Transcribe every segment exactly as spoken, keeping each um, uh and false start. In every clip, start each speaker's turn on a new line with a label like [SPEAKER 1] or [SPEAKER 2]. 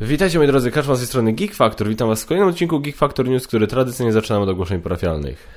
[SPEAKER 1] Witajcie moi drodzy, Kaczma z tej strony Geek Factor. Witam was w kolejnym odcinku Geek Factor News, który tradycyjnie zaczynamy od ogłoszeń parafialnych.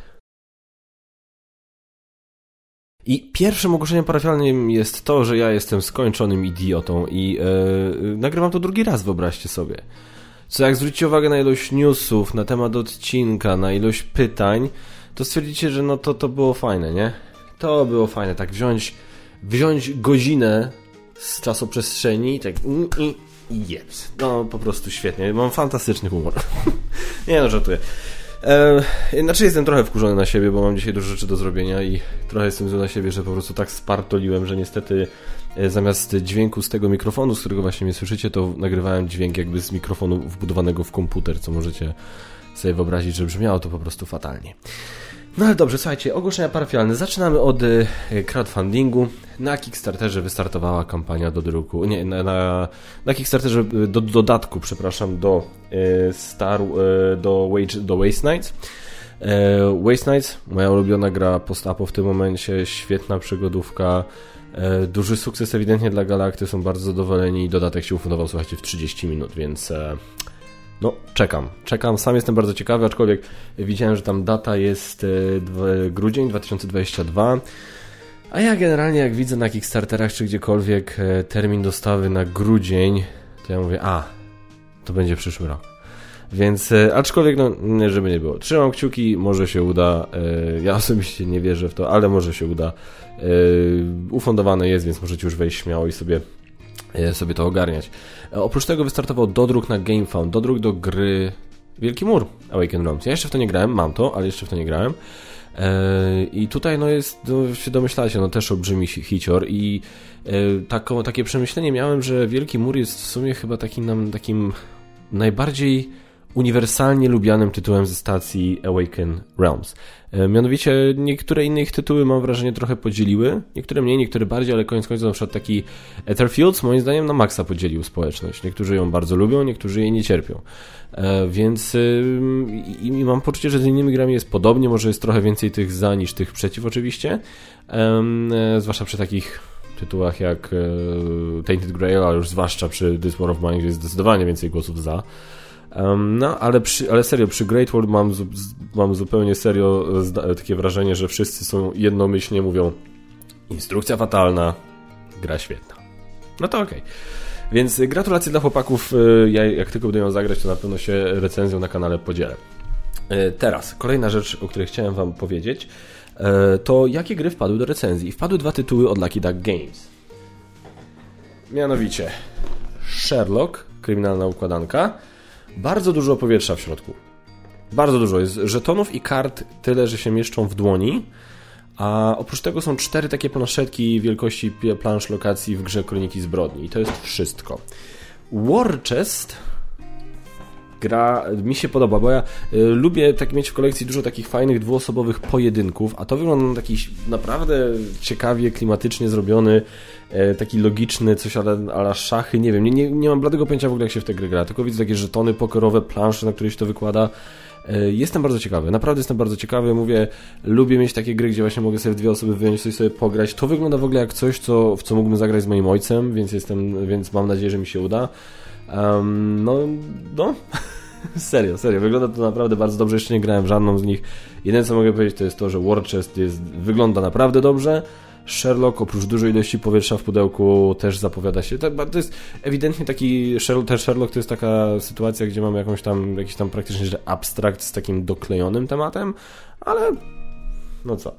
[SPEAKER 1] I pierwszym ogłoszeniem parafialnym jest to, że ja jestem skończonym idiotą i yy, nagrywam to drugi raz, wyobraźcie sobie. Co jak zwrócicie uwagę na ilość newsów, na temat odcinka, na ilość pytań, to stwierdzicie, że no to, to było fajne, nie? To było fajne, tak wziąć, wziąć godzinę z czasoprzestrzeni i tak i, i jedz. No po prostu świetnie, mam fantastyczny humor. Nie no, żartuję. E, znaczy jestem trochę wkurzony na siebie, bo mam dzisiaj dużo rzeczy do zrobienia i trochę jestem zły na siebie, że po prostu tak spartoliłem, że niestety e, zamiast dźwięku z tego mikrofonu, z którego właśnie mnie słyszycie, to nagrywałem dźwięk jakby z mikrofonu wbudowanego w komputer, co możecie sobie wyobrazić, że brzmiało to po prostu fatalnie. No ale dobrze, słuchajcie, ogłoszenia parafialne. Zaczynamy od e, crowdfundingu. Na Kickstarterze wystartowała kampania do druku, nie, na, na, na Kickstarterze do dodatku, przepraszam, do e, Star, e, do, Wage, do Waste Nights. E, Waste Nights, moja ulubiona gra post-apo w tym momencie, świetna przygodówka, e, duży sukces ewidentnie dla Galakty, są bardzo zadowoleni i dodatek się ufundował, słuchajcie, w trzydzieści minut, więc... E, No, czekam, czekam, sam jestem bardzo ciekawy, aczkolwiek widziałem, że tam data jest grudzień dwa tysiące dwudziesty drugi, a ja generalnie jak widzę na Kickstarterach czy gdziekolwiek termin dostawy na grudzień, to ja mówię, a, to będzie przyszły rok. Więc, aczkolwiek, no, żeby nie było, trzymam kciuki, może się uda, ja osobiście nie wierzę w to, ale może się uda, ufundowane jest, więc możecie już wejść śmiało i sobie sobie to ogarniać. Oprócz tego wystartował dodruk na GameFound, dodruk do gry Wielki Mur Awaken Realms. Ja jeszcze w to nie grałem, mam to, ale jeszcze w to nie grałem. I tutaj no jest, no, się domyślacie, no też olbrzymi hicior i taką, takie przemyślenie miałem, że Wielki Mur jest w sumie chyba takim, nam, takim najbardziej uniwersalnie lubianym tytułem ze stacji Awaken Realms. Mianowicie niektóre inne ich tytuły, mam wrażenie, trochę podzieliły. Niektóre mniej, niektóre bardziej, ale koniec końców na przykład taki Etherfields moim zdaniem na maksa podzielił społeczność. Niektórzy ją bardzo lubią, niektórzy jej nie cierpią. Więc i, i mam poczucie, że z innymi grami jest podobnie, może jest trochę więcej tych za niż tych przeciw oczywiście. Zwłaszcza przy takich tytułach jak Tainted Grail, ale już zwłaszcza przy This War of Mine, gdzie jest zdecydowanie więcej głosów za. Um, no, ale, przy, ale serio, przy Great World mam, mam zupełnie serio zda, takie wrażenie, że wszyscy są jednomyślnie mówią instrukcja fatalna, gra świetna. No to okej. Okay. Więc gratulacje dla chłopaków. Ja jak tylko będę ją zagrać, to na pewno się recenzją na kanale podzielę. Teraz, kolejna rzecz, o której chciałem wam powiedzieć, to jakie gry wpadły do recenzji. Wpadły dwa tytuły od Lucky Duck Games. Mianowicie Sherlock, kryminalna układanka. Bardzo dużo powietrza w środku. Bardzo dużo. Jest żetonów i kart tyle, że się mieszczą w dłoni. A oprócz tego są cztery takie planszetki wielkości plansz lokacji w grze Kroniki Zbrodni. I to jest wszystko. War Chest gra mi się podoba, bo ja y, lubię tak mieć w kolekcji dużo takich fajnych dwuosobowych pojedynków, a to wygląda na taki naprawdę ciekawie, klimatycznie zrobiony, y, taki logiczny, coś a la szachy, nie wiem, nie, nie, nie mam bladego pojęcia w ogóle jak się w tę grę gra, tylko widzę takie żetony pokerowe, plansze, na które się to wykłada. Y, jestem bardzo ciekawy, naprawdę jestem bardzo ciekawy, mówię, lubię mieć takie gry, gdzie właśnie mogę sobie w dwie osoby wyjąć, coś sobie pograć. To wygląda w ogóle jak coś, co, w co mógłbym zagrać z moim ojcem, więc jestem, więc mam nadzieję, że mi się uda. Um, no, no, serio, serio, wygląda to naprawdę bardzo dobrze, jeszcze nie grałem w żadną z nich. Jedyne co mogę powiedzieć to jest to, że War Chest jest, wygląda naprawdę dobrze. Sherlock oprócz dużej ilości powietrza w pudełku też zapowiada się, to, to jest ewidentnie taki, Sherlock, też Sherlock to jest taka sytuacja, gdzie mamy jakąś tam, jakiś tam praktycznie że abstrakt z takim doklejonym tematem, ale no co.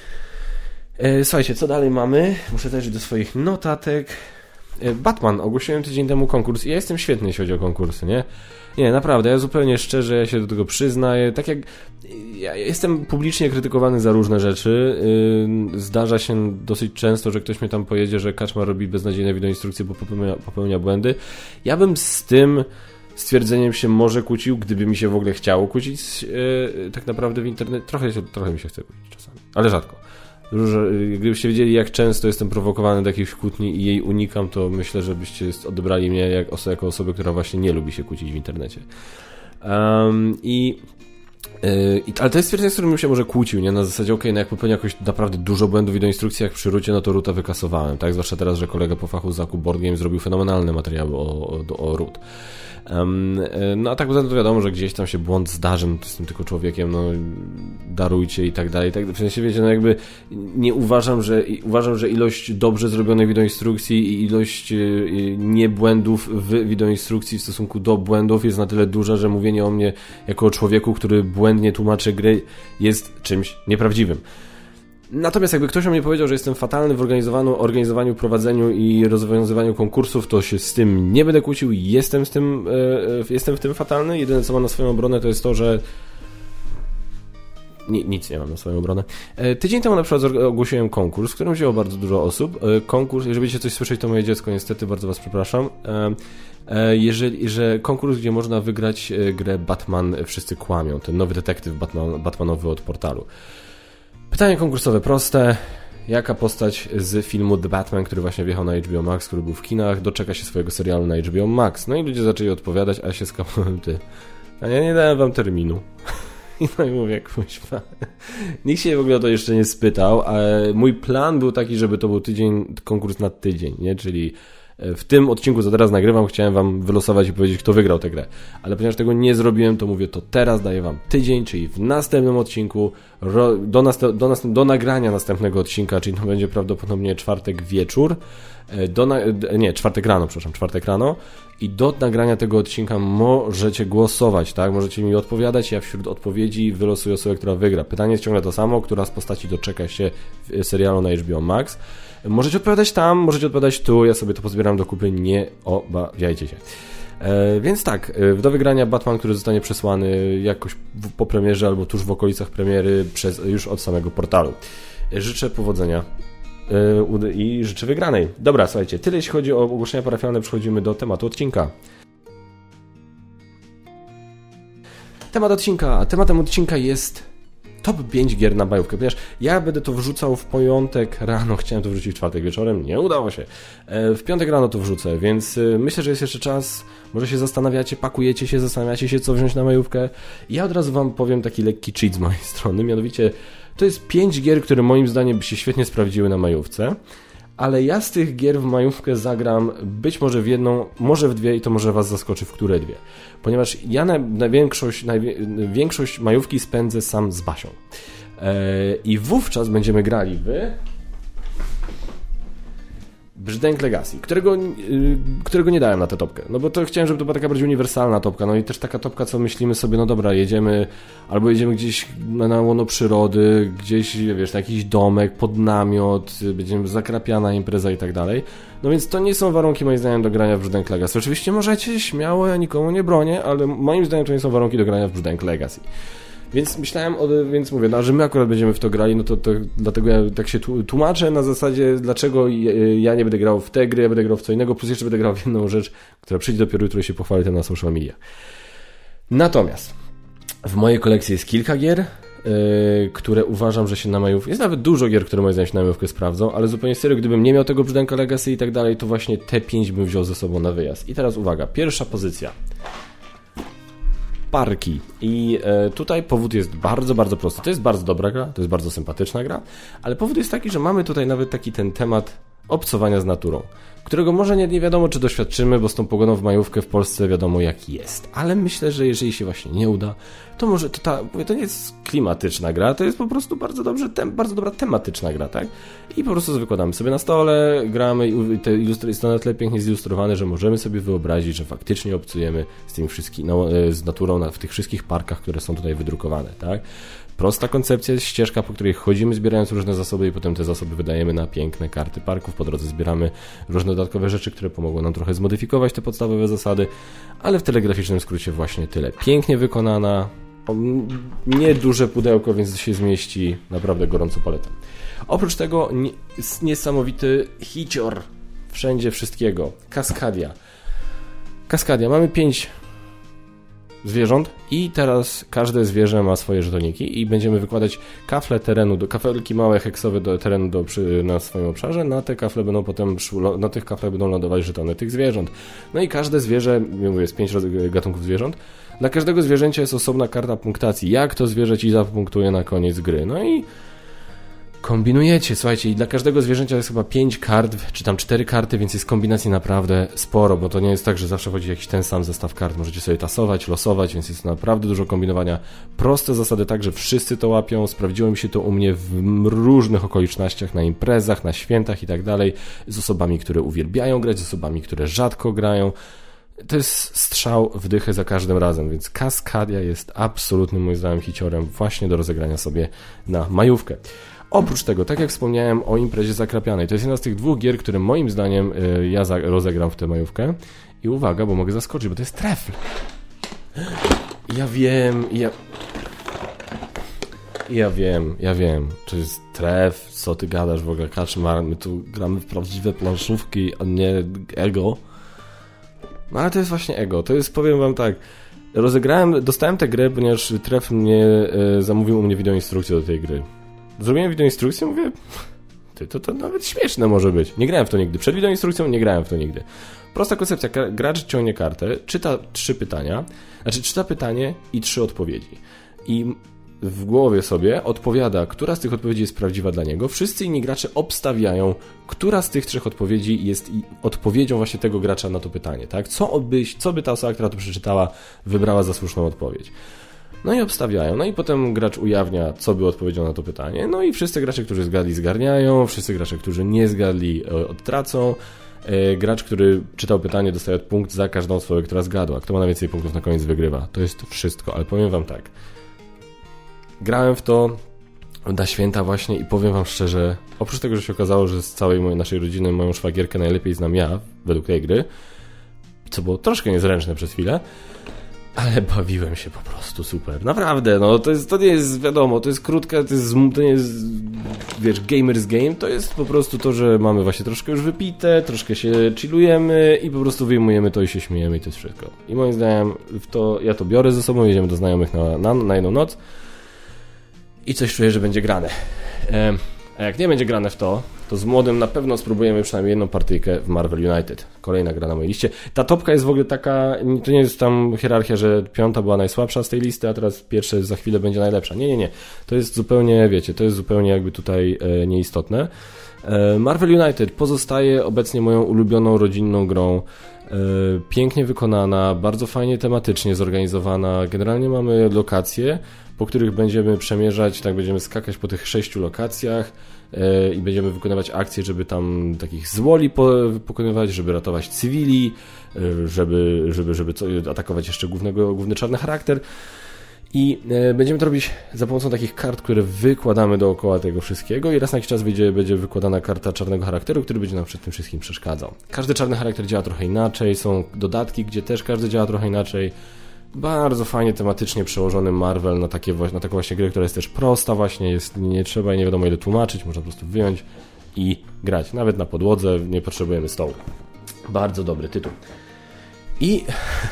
[SPEAKER 1] E, słuchajcie, co dalej mamy? Muszę zajrzeć do swoich notatek. Batman, ogłosiłem tydzień temu konkurs i ja jestem świetny, jeśli chodzi o konkursy, nie? Nie, naprawdę, ja zupełnie szczerze, ja się do tego przyznaję. Tak jak ja jestem publicznie krytykowany za różne rzeczy, yy, zdarza się dosyć często, że ktoś mnie tam pojedzie, że Kaczmar robi beznadziejne wideoinstrukcje, bo popełnia, popełnia błędy. Ja bym z tym stwierdzeniem się może kłócił, gdyby mi się w ogóle chciało kłócić yy, tak naprawdę w internecie. Trochę, się, trochę mi się chce kłócić czasami, ale rzadko. Gdybyście wiedzieli, jak często jestem prowokowany do jakiejś kłótni i jej unikam, to myślę, że byście odebrali mnie jak oso- jako osobę, która właśnie nie lubi się kłócić w internecie. Um, I Yy, ale to jest stwierdzenie, z którym bym się może kłócił, nie? Na zasadzie, okej, okay, no jak popełnię jakoś naprawdę dużo błędów i do instrukcjach przy rucie, no to ruta wykasowałem, tak? Zwłaszcza teraz, że kolega po fachu z Zakup Board Game zrobił fenomenalne materiały o, o, o root. Um, no a tak poza tym to wiadomo, że gdzieś tam się błąd zdarzy, no to jestem tylko człowiekiem, no darujcie i tak dalej, i tak dalej. W sensie, wiecie, no jakby nie uważam, że uważam, że ilość dobrze zrobionej wideoinstrukcji i ilość y, nie błędów w wideoinstrukcji w stosunku do błędów jest na tyle duża, że mówienie o mnie jako o człowieku, który błędnie tłumaczy gry, jest czymś nieprawdziwym. Natomiast jakby ktoś o mnie powiedział, że jestem fatalny w organizowaniu, organizowaniu, prowadzeniu i rozwiązywaniu konkursów, to się z tym nie będę kłócił. Jestem z tym, e, jestem w tym fatalny. Jedyne co mam na swoją obronę to jest to, że Ni- nic nie mam na swoją obronę. E, tydzień temu na przykład ogłosiłem konkurs, w którym wzięło bardzo dużo osób. E, konkurs, jeżeli będziecie coś słyszeć, to moje dziecko, niestety, bardzo was przepraszam. E, e, jeżeli, że konkurs, gdzie można wygrać e, grę Batman Wszyscy Kłamią, ten nowy detektyw Batman, Batmanowy od portalu. Pytanie konkursowe proste. Jaka postać z filmu The Batman, który właśnie wjechał na H B O Max, który był w kinach, doczeka się swojego serialu na H B O Max? No i ludzie zaczęli odpowiadać, a ja się skapałem, ty. A ja nie dałem wam terminu. I no i mówię, kuźwa. Nikt się w ogóle o to jeszcze nie spytał, ale mój plan był taki, żeby to był tydzień, konkurs na tydzień, nie? Czyli w tym odcinku, co teraz nagrywam, chciałem wam wylosować i powiedzieć, kto wygrał tę grę. Ale ponieważ tego nie zrobiłem, to mówię, to teraz daję wam tydzień, czyli w następnym odcinku, do, nast- do, nast- do nagrania następnego odcinka, czyli to będzie prawdopodobnie czwartek wieczór, do na- nie, czwartek rano, przepraszam, czwartek rano i do nagrania tego odcinka możecie głosować, tak? Możecie mi odpowiadać, ja wśród odpowiedzi wylosuję osobę, która wygra. Pytanie jest ciągle to samo, która z postaci doczeka się w serialu na H B O Max. Możecie odpowiadać tam, możecie odpowiadać tu, ja sobie to pozbieram do kupy, nie obawiajcie się. E, więc tak, do wygrania Batman, który zostanie przesłany jakoś w, po premierze albo tuż w okolicach premiery przez, już od samego portalu. Życzę powodzenia e, i życzę wygranej. Dobra, słuchajcie, tyle jeśli chodzi o ogłoszenia parafialne, przechodzimy do tematu odcinka. Temat odcinka. Tematem odcinka jest top pięć gier na majówkę, ponieważ ja będę to wrzucał w piątek rano, chciałem to wrzucić w czwartek wieczorem, nie udało się. W piątek rano to wrzucę, więc myślę, że jest jeszcze czas, może się zastanawiacie, pakujecie się, zastanawiacie się, co wziąć na majówkę. Ja od razu wam powiem taki lekki cheat z mojej strony, mianowicie to jest pięć gier, które moim zdaniem by się świetnie sprawdziły na majówce, ale ja z tych gier w majówkę zagram być może w jedną, może w dwie i to może was zaskoczy, w które dwie. Ponieważ ja na, na większość, na większość majówki spędzę sam z Basią. Eee, I wówczas będziemy grali w Brzdęk Legacy, którego, yy, którego nie dałem na tę topkę. No bo to chciałem, żeby to była taka bardziej uniwersalna topka. No i też taka topka, co myślimy sobie, no dobra, jedziemy albo jedziemy gdzieś na, na łono przyrody, gdzieś, wiesz, na jakiś domek, pod namiot, będziemy zakrapiana impreza i tak dalej. No więc to nie są warunki, moim zdaniem, do grania w Brzdęk Legacy. Oczywiście możecie, śmiało, ja nikomu nie bronię, ale moim zdaniem to nie są warunki do grania w Brzdęk Legacy. Więc myślałem, o, więc mówię, no, że my akurat będziemy w to grali, no to, to dlatego ja tak się tłumaczę na zasadzie, dlaczego ja nie będę grał w te gry, ja będę grał w co innego, plus jeszcze będę grał w jedną rzecz, która przyjdzie dopiero jutro i się pochwalę tym na social media. Natomiast w mojej kolekcji jest kilka gier, yy, które uważam, że się na majówkę, jest nawet dużo gier, które moim zdaniem się na majówkę sprawdzą, ale zupełnie serio, gdybym nie miał tego Brzdęka Legacy i tak dalej, to właśnie te pięć bym wziął ze sobą na wyjazd. I teraz uwaga, pierwsza pozycja. Parki. I e, tutaj powód jest bardzo, bardzo prosty. To jest bardzo dobra gra, to jest bardzo sympatyczna gra, ale powód jest taki, że mamy tutaj nawet taki ten temat obcowania z naturą, którego może nie, nie wiadomo, czy doświadczymy, bo z tą pogodą w majówkę w Polsce wiadomo jak jest. Ale myślę, że jeżeli się właśnie nie uda, to może to, ta, mówię, to nie jest klimatyczna gra, to jest po prostu bardzo, dobrze, tem, bardzo dobra tematyczna gra, tak? I po prostu wykładamy sobie na stole, gramy i te ilustry, jest to na tle pięknie zilustrowane, że możemy sobie wyobrazić, że faktycznie obcujemy z tym wszystkim, no, z naturą na, w tych wszystkich parkach, które są tutaj wydrukowane, tak? Prosta koncepcja jest ścieżka, po której chodzimy zbierając różne zasoby i potem te zasoby wydajemy na piękne karty parków. Po drodze zbieramy różne dodatkowe rzeczy, które pomogą nam trochę zmodyfikować te podstawowe zasady, ale w telegraficznym skrócie właśnie tyle. Pięknie wykonana, nieduże pudełko, więc się zmieści, naprawdę gorąco polecam. Oprócz tego niesamowity hicior, wszędzie wszystkiego. Kaskadia. Kaskadia, mamy pięć zwierząt i teraz każde zwierzę ma swoje żetoniki i będziemy wykładać kafle terenu, do, kafelki małe heksowe do terenu do, przy, na swoim obszarze, na te kafle będą potem, na tych kaflach będą lądować żetony tych zwierząt. No i każde zwierzę, mówię, jest pięć gatunków zwierząt, dla każdego zwierzęcia jest osobna karta punktacji, jak to zwierzę ci zapunktuje na koniec gry. No i kombinujecie, słuchajcie, i dla każdego zwierzęcia jest chyba pięć kart, czy tam cztery karty, więc jest kombinacji naprawdę sporo, bo to nie jest tak, że zawsze chodzi jakiś ten sam zestaw kart. Możecie sobie tasować, losować, więc jest naprawdę dużo kombinowania. Proste zasady tak, że wszyscy to łapią. Sprawdziło mi się to u mnie w różnych okolicznościach, na imprezach, na świętach i tak dalej, z osobami, które uwielbiają grać, z osobami, które rzadko grają. To jest strzał w dychę za każdym razem, więc Cascadia jest absolutnym, moim zdaniem, hiciorem właśnie do rozegrania sobie na majówkę. Oprócz tego, tak jak wspomniałem o imprezie zakrapianej, to jest jedna z tych dwóch gier, które moim zdaniem y, ja za, rozegram w tę majówkę. I uwaga, bo mogę zaskoczyć, bo to jest trefl. Ja wiem, ja... Ja wiem, ja wiem, to jest tref, co ty gadasz w ogóle, Kaczmar, my tu gramy w prawdziwe planszówki, a nie ego. No ale to jest właśnie ego, to jest, powiem wam tak, rozegrałem, dostałem tę grę, ponieważ trefl mnie y, zamówił u mnie wideoinstrukcję do tej gry. Zrobiłem wideoinstrukcję, mówię, ty, to, to nawet śmieszne może być. Nie grałem w to nigdy. Przed wideoinstrukcją nie grałem w to nigdy. Prosta koncepcja. Gracz ciągnie kartę, czyta trzy pytania, znaczy czyta pytanie i trzy odpowiedzi. I w głowie sobie odpowiada, która z tych odpowiedzi jest prawdziwa dla niego. Wszyscy inni gracze obstawiają, która z tych trzech odpowiedzi jest odpowiedzią właśnie tego gracza na to pytanie. Tak? Co, byś, co by ta osoba, która to przeczytała, wybrała za słuszną odpowiedź. No i obstawiają. No i potem gracz ujawnia, co by odpowiedział na to pytanie. No i wszyscy gracze, którzy zgadli, zgarniają. Wszyscy gracze, którzy nie zgadli, odtracą. Gracz, który czytał pytanie, dostaje punkt za każdą osobę, która zgadła. Kto ma najwięcej punktów, na koniec wygrywa. To jest wszystko. Ale powiem wam tak. Grałem w to na święta właśnie i powiem wam szczerze, oprócz tego, że się okazało, że z całej mojej naszej rodziny moją szwagierkę najlepiej znam ja, według tej gry, co było troszkę niezręczne przez chwilę, ale bawiłem się po prostu super. Naprawdę, no to, jest, to nie jest, wiadomo, to jest krótka, to, jest, to nie jest, wiesz, gamer's game, to jest po prostu to, że mamy właśnie troszkę już wypite, troszkę się chillujemy i po prostu wyjmujemy to i się śmiejemy i to jest wszystko. I moim zdaniem w to, ja to biorę ze sobą, jedziemy do znajomych na, na, na jedną noc i coś czuję, że będzie grane. E, a jak nie będzie grane w to, to z młodym na pewno spróbujemy przynajmniej jedną partyjkę w Marvel United. Kolejna gra na mojej liście. Ta topka jest w ogóle taka, to nie jest tam hierarchia, że piąta była najsłabsza z tej listy, a teraz pierwsze za chwilę będzie najlepsza. Nie, nie, nie. To jest zupełnie, wiecie, to jest zupełnie jakby tutaj e, nieistotne. E, Marvel United pozostaje obecnie moją ulubioną rodzinną grą. E, pięknie wykonana, bardzo fajnie tematycznie zorganizowana. Generalnie mamy lokacje, po których będziemy przemierzać, tak będziemy skakać po tych sześciu lokacjach yy, i będziemy wykonywać akcje, żeby tam takich złoli po, pokonywać, żeby ratować cywili, yy, żeby, żeby, żeby co, atakować jeszcze głównego, główny czarny charakter. I yy, będziemy to robić za pomocą takich kart, które wykładamy dookoła tego wszystkiego i raz na jakiś czas będzie, będzie wykładana karta czarnego charakteru, który będzie nam przed tym wszystkim przeszkadzał. Każdy czarny charakter działa trochę inaczej, są dodatki, gdzie też każdy działa trochę inaczej. Bardzo fajnie tematycznie przełożony Marvel na, takie, na taką właśnie grę, która jest też prosta właśnie, jest, nie trzeba i nie wiadomo ile tłumaczyć, można po prostu wyjąć i grać. Nawet na podłodze, nie potrzebujemy stołu. Bardzo dobry tytuł. I,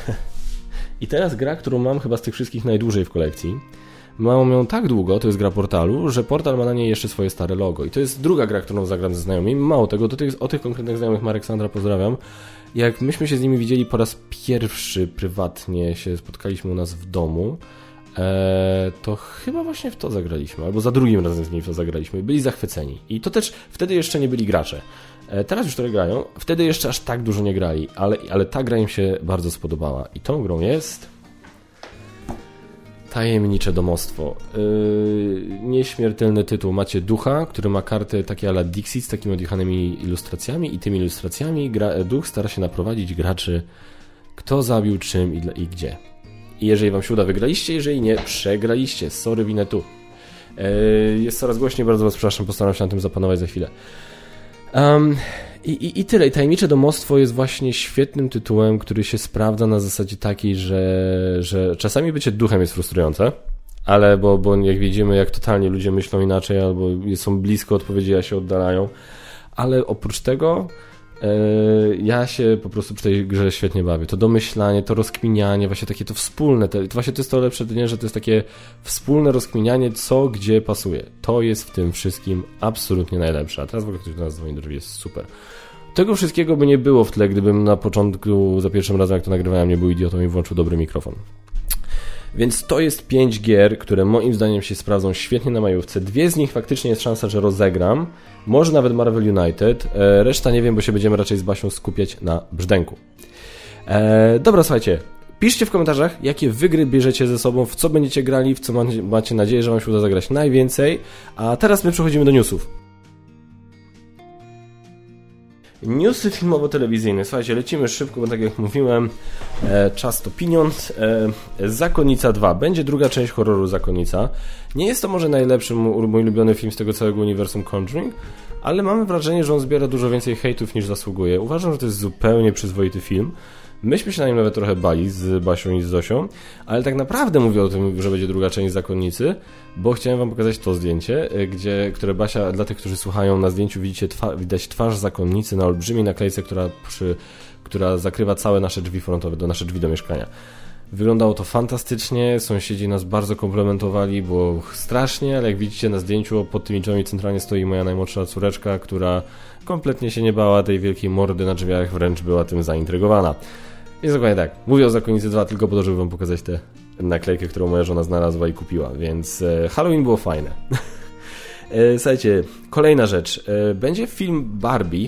[SPEAKER 1] i teraz gra, którą mam chyba z tych wszystkich najdłużej w kolekcji. Mam ją tak długo, to jest gra Portalu, że Portal ma na niej jeszcze swoje stare logo. I to jest druga gra, którą zagram ze znajomymi. Mało tego, do tych, o tych konkretnych znajomych Marek, Sandra pozdrawiam. Jak myśmy się z nimi widzieli po raz pierwszy prywatnie, się spotkaliśmy u nas w domu, e, to chyba właśnie w to zagraliśmy, albo za drugim razem z nimi w to zagraliśmy. Byli zachwyceni. I to też wtedy jeszcze nie byli gracze. E, teraz już trochę grają. Wtedy jeszcze aż tak dużo nie grali, ale, ale ta gra im się bardzo spodobała. I tą grą jest Tajemnicze domostwo. Yy, nieśmiertelny tytuł. Macie ducha, który ma karty takie a la Dixit z takimi odjechanymi ilustracjami i tymi ilustracjami gra, duch stara się naprowadzić graczy, kto zabił, czym i, dla, i gdzie. I jeżeli wam się uda, wygraliście, jeżeli nie, przegraliście. Sorry, winę tu. Yy, jest coraz głośniej, bardzo was przepraszam, postaram się na tym zapanować za chwilę. Um, i, i, I tyle. I Tajemnicze domostwo jest właśnie świetnym tytułem, który się sprawdza na zasadzie takiej, że, że czasami bycie duchem jest frustrujące, ale bo, bo jak widzimy, jak totalnie ludzie myślą inaczej albo są blisko odpowiedzi, a się oddalają, ale oprócz tego ja się po prostu przy tej grze świetnie bawię. To domyślanie, to rozkminianie, właśnie takie to wspólne, to, właśnie to jest to lepsze dnie, że to jest takie wspólne rozkminianie, co gdzie pasuje. To jest w tym wszystkim absolutnie najlepsze. A teraz w ogóle ktoś do nas dzwoni do drzwi, jest super. Tego wszystkiego by nie było w tle, gdybym na początku, za pierwszym razem jak to nagrywałem, nie był idiotą i włączył dobry mikrofon. Więc to jest pięć gier, które moim zdaniem się sprawdzą świetnie na majówce. Dwie z nich faktycznie jest szansa, że rozegram. Może nawet Marvel United. E, reszta nie wiem, bo się będziemy raczej z Basią skupiać na brzdęku. E, dobra, słuchajcie. Piszcie w komentarzach, jakie wy gry bierzecie ze sobą, w co będziecie grali, w co macie nadzieję, że wam się uda zagrać najwięcej. A teraz my przechodzimy do newsów. Newsy filmowo-telewizyjne. Słuchajcie, lecimy szybko, bo tak jak mówiłem, e, czas to pieniądz. E, Zakonnica dwa. Będzie druga część horroru Zakonnica. Nie jest to może najlepszy mój, mój ulubiony film z tego całego uniwersum Conjuring, ale mamy wrażenie, że on zbiera dużo więcej hejtów niż zasługuje. Uważam, że to jest zupełnie przyzwoity film. Myśmy się na nim nawet trochę bali z Basią i z Zosią, ale tak naprawdę mówię o tym, że będzie druga część Zakonnicy, bo chciałem wam pokazać to zdjęcie, gdzie, które Basia, dla tych, którzy słuchają, na zdjęciu widzicie twa, widać twarz Zakonnicy na olbrzymiej naklejce, która, przy, która zakrywa całe nasze drzwi frontowe, do nasze drzwi do mieszkania. Wyglądało to fantastycznie, sąsiedzi nas bardzo komplementowali, było strasznie, ale jak widzicie na zdjęciu pod tymi drzwiami centralnie stoi moja najmłodsza córeczka, która kompletnie się nie bała tej wielkiej mordy na drzwiach, wręcz była tym zaintrygowana. Jest dokładnie tak. Mówię o Zakonnicy dwa tylko po to, żeby wam pokazać tę naklejkę, którą moja żona znalazła i kupiła, więc e, Halloween było fajne. e, słuchajcie, kolejna rzecz. E, będzie film Barbie.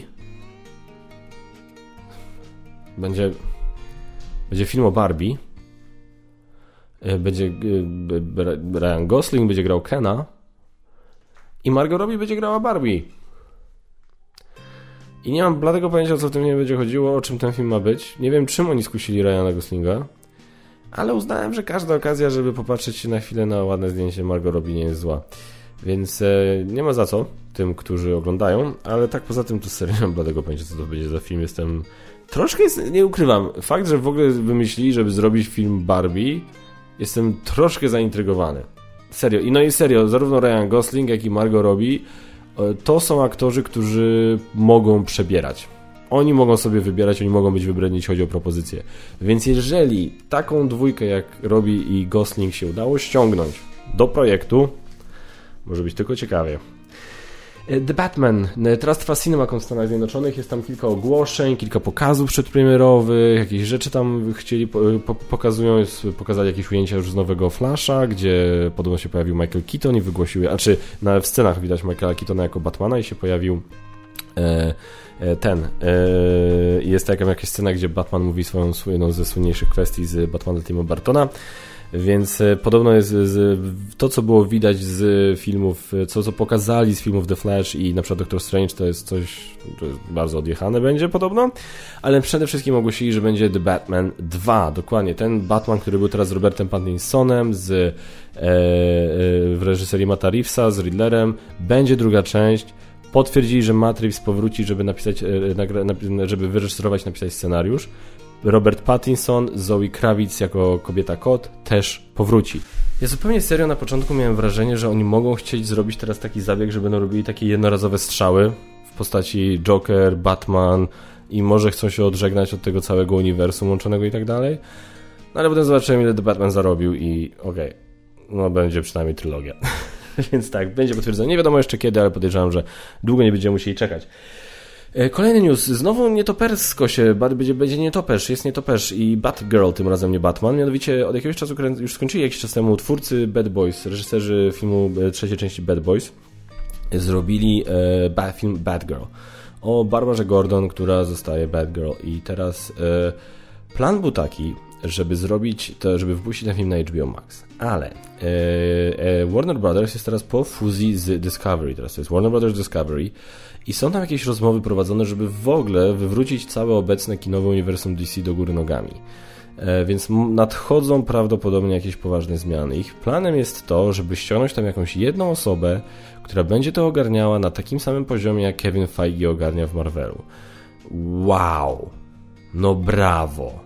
[SPEAKER 1] Będzie, będzie film o Barbie. E, będzie e, Ryan Gosling będzie grał Kena i Margot Robbie będzie grała Barbie. I nie mam bladego pojęcia, o co w tym nie będzie chodziło, o czym ten film ma być. Nie wiem, czym oni skusili Ryana Goslinga, ale uznałem, że każda okazja, żeby popatrzeć się na chwilę na ładne zdjęcie Margot Robbie nie jest zła. Więc e, nie ma za co tym, którzy oglądają, ale tak poza tym to serio nie mam bladego pojęcia, co to będzie za film. Jestem... Troszkę, jest, nie ukrywam, fakt, że w ogóle wymyślili, żeby zrobić film Barbie, jestem troszkę zaintrygowany. Serio. I no i serio, zarówno Ryan Gosling, jak i Margot Robbie to są aktorzy, którzy mogą przebierać. Oni mogą sobie wybierać, oni mogą być wybrani, jeśli chodzi o propozycje. Więc jeżeli taką dwójkę jak Robbie i Gosling się udało ściągnąć do projektu, może być tylko ciekawie. The Batman. Teraz trwa CinemaCon w Stanach Zjednoczonych. Jest tam kilka ogłoszeń, kilka pokazów przedpremierowych, jakieś rzeczy tam chcieli, po, pokazują, jest, pokazali jakieś ujęcia już z nowego Flasha, gdzie podobno się pojawił Michael Keaton i wygłosiły, a czy na, w scenach widać Michaela Keatona jako Batmana i się pojawił e, e, ten. E, jest taka jakaś scena, gdzie Batman mówi swoją jedną ze słynniejszych kwestii z Batmana Tima Burtona. Więc podobno jest z, to, co było widać z filmów, co, co pokazali z filmów The Flash i na przykład Doctor Strange, to jest coś, to jest bardzo odjechane będzie podobno, ale przede wszystkim ogłosili, że będzie The Batman dwa, dokładnie ten Batman, który był teraz z Robertem Pattinsonem, z, e, e, w reżyserii Matta Reevesa, z Riddlerem, będzie druga część. Potwierdzili, że Matt Reeves powróci, żeby napisać, żeby wyreżyserować, napisać scenariusz. Robert Pattinson, Zoe Kravitz jako kobieta-kot też powróci. Ja zupełnie serio na początku miałem wrażenie, że oni mogą chcieć zrobić teraz taki zabieg, żeby no robili takie jednorazowe strzały w postaci Joker, Batman i może chcą się odżegnać od tego całego uniwersum łączonego i tak dalej. No ale potem zobaczyłem, ile The Batman zarobił i okej, okay, no będzie przynajmniej trylogia. Więc tak, będzie potwierdzone. Nie wiadomo jeszcze kiedy, ale podejrzewam, że długo nie będziemy musieli czekać. Kolejny news. Znowu nietopersko się, będzie, będzie nietoperz, jest nietoperz i Batgirl, tym razem nie Batman. Mianowicie od jakiegoś czasu, już skończyli jakiś czas temu twórcy Bad Boys, reżyserzy filmu trzeciej części Bad Boys, zrobili e, film Batgirl o Barbarze Gordon, która zostaje Batgirl i teraz e, plan był taki, żeby zrobić to, żeby wpuścić ten film na H B O Max, ale e, e, Warner Brothers jest teraz po fuzji z Discovery, teraz to jest Warner Brothers Discovery i są tam jakieś rozmowy prowadzone, żeby w ogóle wywrócić całe obecne kinowe uniwersum D C do góry nogami. E, więc nadchodzą prawdopodobnie jakieś poważne zmiany. Ich planem jest to, żeby ściągnąć tam jakąś jedną osobę, która będzie to ogarniała na takim samym poziomie, jak Kevin Feige ogarnia w Marvelu. Wow! No brawo!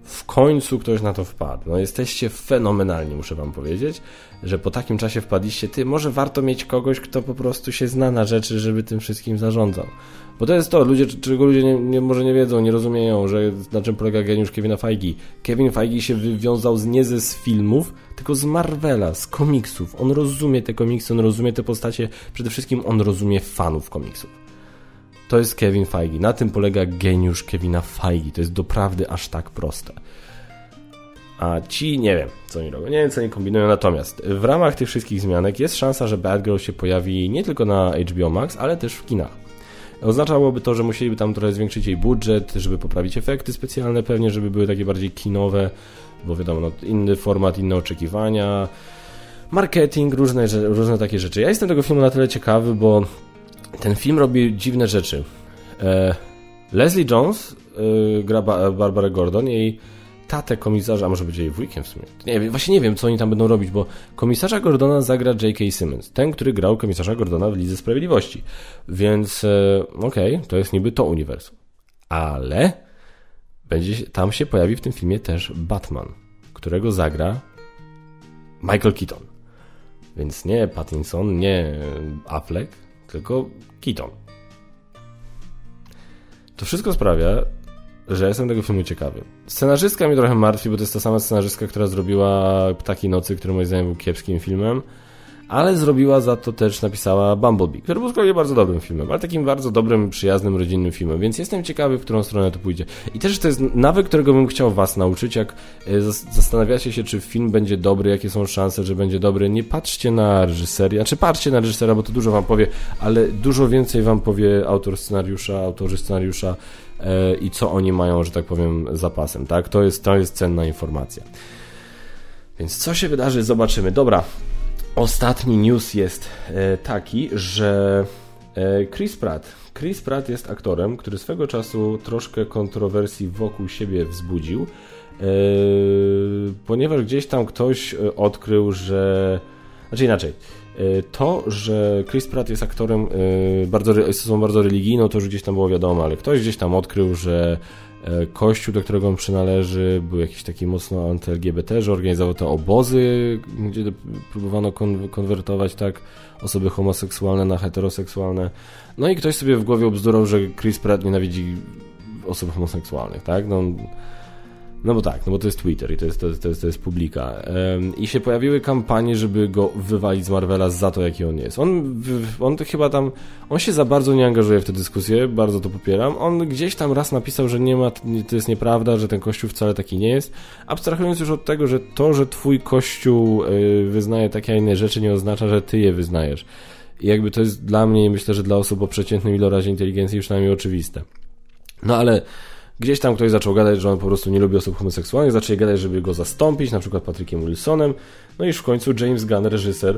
[SPEAKER 1] W końcu ktoś na to wpadł. No jesteście fenomenalni, muszę wam powiedzieć, że po takim czasie wpadliście. Ty, może warto mieć kogoś, kto po prostu się zna na rzeczy, żeby tym wszystkim zarządzał. Bo to jest to, ludzie, czego ludzie nie, nie, może nie wiedzą, nie rozumieją, że na czym polega geniusz Kevina Feige. Kevin Feige się wywiązał z, nie ze z filmów, tylko z Marvela, z komiksów. On rozumie te komiksy, on rozumie te postacie, przede wszystkim on rozumie fanów komiksów. To jest Kevin Feige. Na tym polega geniusz Kevina Feige. To jest doprawdy aż tak proste. A ci nie wiem, co oni robią. Nie wiem, co oni kombinują. Natomiast w ramach tych wszystkich zmianek jest szansa, że Bad Girl się pojawi nie tylko na H B O Max, ale też w kinach. Oznaczałoby to, że musieliby tam trochę zwiększyć jej budżet, żeby poprawić efekty specjalne pewnie, żeby były takie bardziej kinowe, bo wiadomo, no, inny format, inne oczekiwania, marketing, różne, różne takie rzeczy. Ja jestem tego filmu na tyle ciekawy, bo ten film robi dziwne rzeczy. E, Leslie Jones e, gra ba- Barbarę Gordon, jej tatę komisarza, a może być jej wujkiem w sumie. Nie, właśnie nie wiem, co oni tam będą robić, bo komisarza Gordona zagra J K. Simmons, ten, który grał komisarza Gordona w Lidze Sprawiedliwości. Więc e, okej, okay, to jest niby to uniwersum. Ale będzie, tam się pojawi w tym filmie też Batman, którego zagra Michael Keaton. Więc nie Pattinson, nie Affleck, tylko Keaton. To wszystko sprawia, że jestem tego filmu ciekawy. Scenarzystka mnie trochę martwi, bo to jest ta sama scenarzystka, która zrobiła Ptaki Nocy, który moim zdaniem był kiepskim filmem, ale zrobiła za to też, napisała Bumblebee, który był z kolei bardzo dobrym filmem, ale takim bardzo dobrym, przyjaznym, rodzinnym filmem, więc jestem ciekawy, w którą stronę to pójdzie. I też to jest nawyk, którego bym chciał was nauczyć, jak zastanawiacie się, czy film będzie dobry, jakie są szanse, że będzie dobry. Nie patrzcie na reżyserię, znaczy patrzcie na reżysera, bo to dużo wam powie, ale dużo więcej wam powie autor scenariusza, autorzy scenariusza yy, i co oni mają, że tak powiem, zapasem, tak? To jest, to jest cenna informacja. Więc co się wydarzy, zobaczymy. Dobra. Ostatni news jest e, taki, że e, Chris Pratt. Chris Pratt jest aktorem, który swego czasu troszkę kontrowersji wokół siebie wzbudził, e, ponieważ gdzieś tam ktoś odkrył, że... Znaczy inaczej. E, to, że Chris Pratt jest aktorem e, bardzo, jest bardzo religijną, to już gdzieś tam było wiadomo, ale ktoś gdzieś tam odkrył, że kościół, do którego on przynależy, był jakiś taki mocno anty-L G B T, że organizował te obozy, gdzie próbowano kon- konwertować tak osoby homoseksualne na heteroseksualne. No i ktoś sobie w głowie obzdurał, że Chris Pratt nienawidzi osób homoseksualnych, tak? No, no bo tak, no bo to jest Twitter i to jest, to jest, to jest, to jest publika. Um, I się pojawiły kampanie, żeby go wywalić z Marvela za to, jaki on jest. On, on to chyba tam, on się za bardzo nie angażuje w tę dyskusję, bardzo to popieram. On gdzieś tam raz napisał, że nie ma, to jest nieprawda, że ten kościół wcale taki nie jest. Abstrahując już od tego, że to, że twój kościół y, wyznaje takie, a inne rzeczy, nie oznacza, że ty je wyznajesz. I jakby to jest dla mnie, myślę, że dla osób o przeciętnym ilorazie inteligencji już przynajmniej oczywiste. No ale gdzieś tam ktoś zaczął gadać, że on po prostu nie lubi osób homoseksualnych, zaczęli gadać, żeby go zastąpić, na przykład Patrickiem Wilsonem, no i w końcu James Gunn, reżyser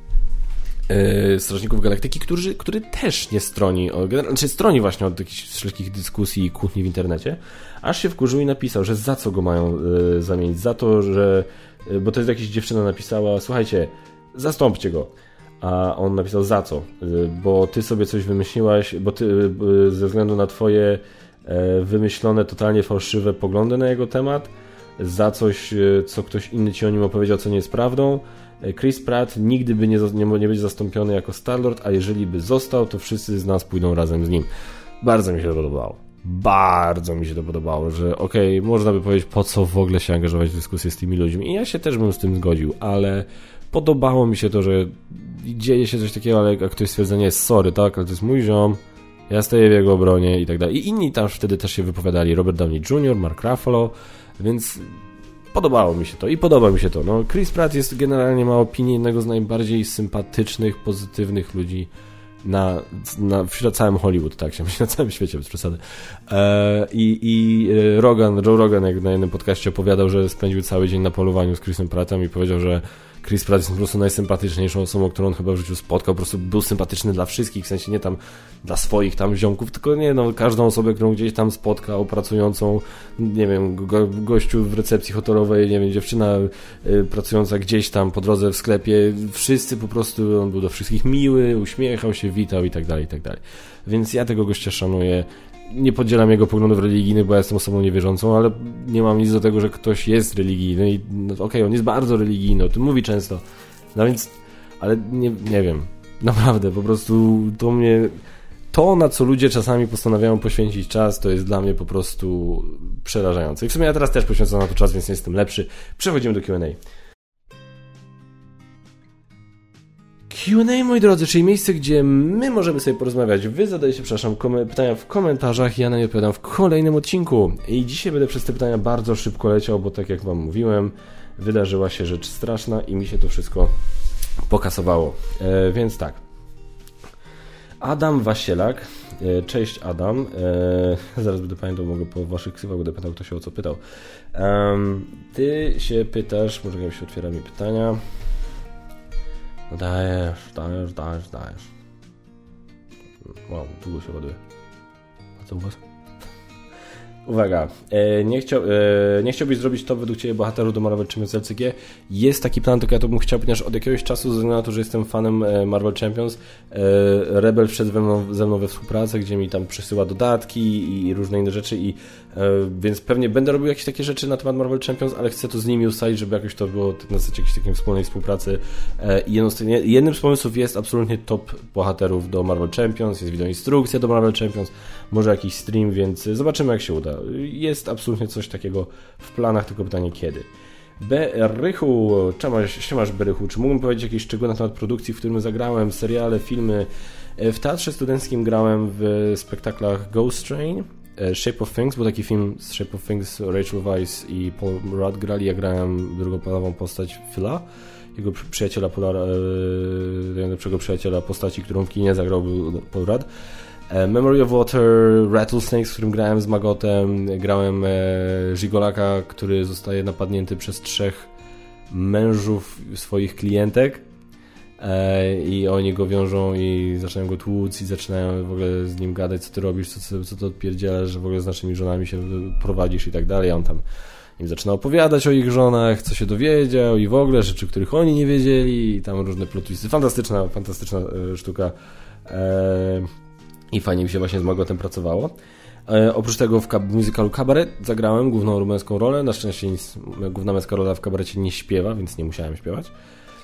[SPEAKER 1] yy, Strażników Galaktyki, który, który też nie stroni, znaczy stroni właśnie od jakichś wszelkich dyskusji i kłótni w internecie, aż się wkurzył i napisał, że za co go mają yy, zamienić, za to, że, yy, bo to jest jakaś dziewczyna napisała, słuchajcie, zastąpcie go. A on napisał za co, yy, bo ty sobie coś wymyśliłaś, bo ty yy, ze względu na twoje wymyślone, totalnie fałszywe poglądy na jego temat, za coś, co ktoś inny ci o nim opowiedział, co nie jest prawdą. Chris Pratt nigdy by nie, nie, nie będzie zastąpiony jako Star-Lord, a jeżeli by został, to wszyscy z nas pójdą razem z nim. Bardzo mi się to podobało. Bardzo mi się to podobało, że okej, okay, można by powiedzieć, po co w ogóle się angażować w dyskusję z tymi ludźmi. I ja się też bym z tym zgodził, ale podobało mi się to, że dzieje się coś takiego, ale jak ktoś stwierdza, nie, sorry, tak, ale to jest mój ziom, ja stoję w jego obronie i tak dalej. I inni tam wtedy też się wypowiadali. Robert Downey junior, Mark Ruffalo, więc podobało mi się to i podoba mi się to. No, Chris Pratt jest generalnie, ma opinię jednego z najbardziej sympatycznych, pozytywnych ludzi na, na, w całym Hollywood, tak się myśli, na całym świecie, bez przesady. E, I i Rogan, Joe Rogan, jak na jednym podcaście opowiadał, że spędził cały dzień na polowaniu z Chrisem Prattem i powiedział, że Chris Pratt jest po prostu najsympatyczniejszą osobą, którą on chyba w życiu spotkał, po prostu był sympatyczny dla wszystkich, w sensie nie tam dla swoich tam ziomków, tylko nie, no każdą osobę, którą gdzieś tam spotkał, pracującą, nie wiem, go, gościu w recepcji hotelowej, nie wiem, dziewczyna y, pracująca gdzieś tam po drodze w sklepie, wszyscy po prostu, on był do wszystkich miły, uśmiechał się, witał i tak dalej, i tak dalej. Więc ja tego gościa szanuję nie podzielam jego poglądów religijnych, bo ja jestem osobą niewierzącą, ale nie mam nic do tego, że ktoś jest religijny i no, okej, okay, on jest bardzo religijny, o tym mówi często, no więc, ale nie, nie wiem, naprawdę, po prostu to mnie, to na co ludzie czasami postanawiają poświęcić czas, to jest dla mnie po prostu przerażające. I w sumie ja teraz też poświęcam na to czas, więc nie jestem lepszy. Przechodzimy do Q and A. Q and A, moi drodzy, czyli miejsce, gdzie my możemy sobie porozmawiać. Wy zadajecie, przepraszam, kom- pytania w komentarzach, ja na nie odpowiadam w kolejnym odcinku. I dzisiaj będę przez te pytania bardzo szybko leciał, bo tak jak wam mówiłem, wydarzyła się rzecz straszna i mi się to wszystko pokasowało. E, więc tak. Adam Wasielak. E, cześć Adam. E, zaraz będę pamiętał, mogę po waszych ksywach będę pytał, kto się o co pytał. E, ty się pytasz, może jak się otwiera mi pytania. No dajesz, dajesz, dajesz, dajesz. Wow, długo się ładuje. A co u was? Uwaga, e, nie, chciał, e, nie chciałbyś zrobić to według Ciebie bohaterów do Marvel Champions L C G? Jest taki plan, tylko ja to bym chciał, ponieważ od jakiegoś czasu, ze względu na to, że jestem fanem Marvel Champions, e, Rebel wszedł ze mną, ze mną we współpracę, gdzie mi tam przysyła dodatki i różne inne rzeczy, i e, więc pewnie będę robił jakieś takie rzeczy na temat Marvel Champions, ale chcę to z nimi ustalić, żeby jakoś to było na zasadzie jakiejś takiej wspólnej współpracy. E, i jednym z pomysłów jest absolutnie top bohaterów do Marvel Champions, jest wideoinstrukcja do Marvel Champions, może jakiś stream, więc zobaczymy, jak się uda. Jest absolutnie coś takiego w planach, tylko pytanie kiedy. Berychu, siemasz Berychu, czy mógłbym powiedzieć jakieś szczegóły na temat produkcji, w którym zagrałem, seriale, filmy? W teatrze studenckim grałem w spektaklach Ghost Train, Shape of Things, był taki film z Shape of Things, Rachel Weisz i Paul Rudd grali, ja grałem drugoplanową postać Phila, jego przyjaciela, Polar, najlepszego przyjaciela postaci, którą w kinie zagrał, był Paul Rudd. Memory of Water, Rattlesnake, z którym grałem z Magotem, grałem e, Żigolaka, który zostaje napadnięty przez trzech mężów swoich klientek e, i oni go wiążą i zaczynają go tłuc i zaczynają w ogóle z nim gadać, co ty robisz, co, co, co ty odpierdzielasz, że w ogóle z naszymi żonami się prowadzisz i tak dalej. A on tam im zaczyna opowiadać o ich żonach, co się dowiedział i w ogóle rzeczy, których oni nie wiedzieli i tam różne plot twisty. Fantastyczna, fantastyczna e, sztuka. E, I fajnie mi się właśnie z Magotem pracowało. E, oprócz tego w kab- musicalu Kabaret zagrałem główną męską rolę. Na szczęście nic, główna męska rola w kabarecie nie śpiewa, więc nie musiałem śpiewać.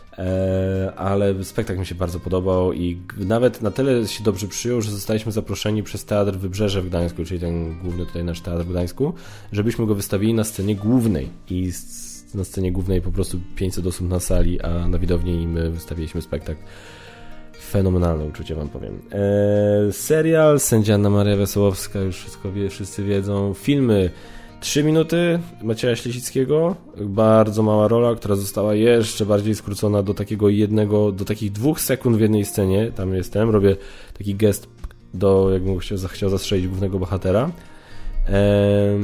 [SPEAKER 1] E, ale spektakl mi się bardzo podobał i nawet na tyle się dobrze przyjął, że zostaliśmy zaproszeni przez Teatr Wybrzeże w Gdańsku, czyli ten główny tutaj nasz teatr w Gdańsku, żebyśmy go wystawili na scenie głównej. I z, na scenie głównej po prostu pięćset osób na sali, a na widowni my wystawiliśmy spektakl. Fenomenalne uczucie, wam powiem. Eee, serial, sędzia Anna Maria Wesołowska, już wszystko wie, wszyscy wiedzą. Filmy, trzy minuty Macieja Ślesickiego, bardzo mała rola, która została jeszcze bardziej skrócona do takiego jednego, do takich dwóch sekund w jednej scenie. Tam jestem, robię taki gest do, jakbym chciał, chciał zastrzelić głównego bohatera. Eee,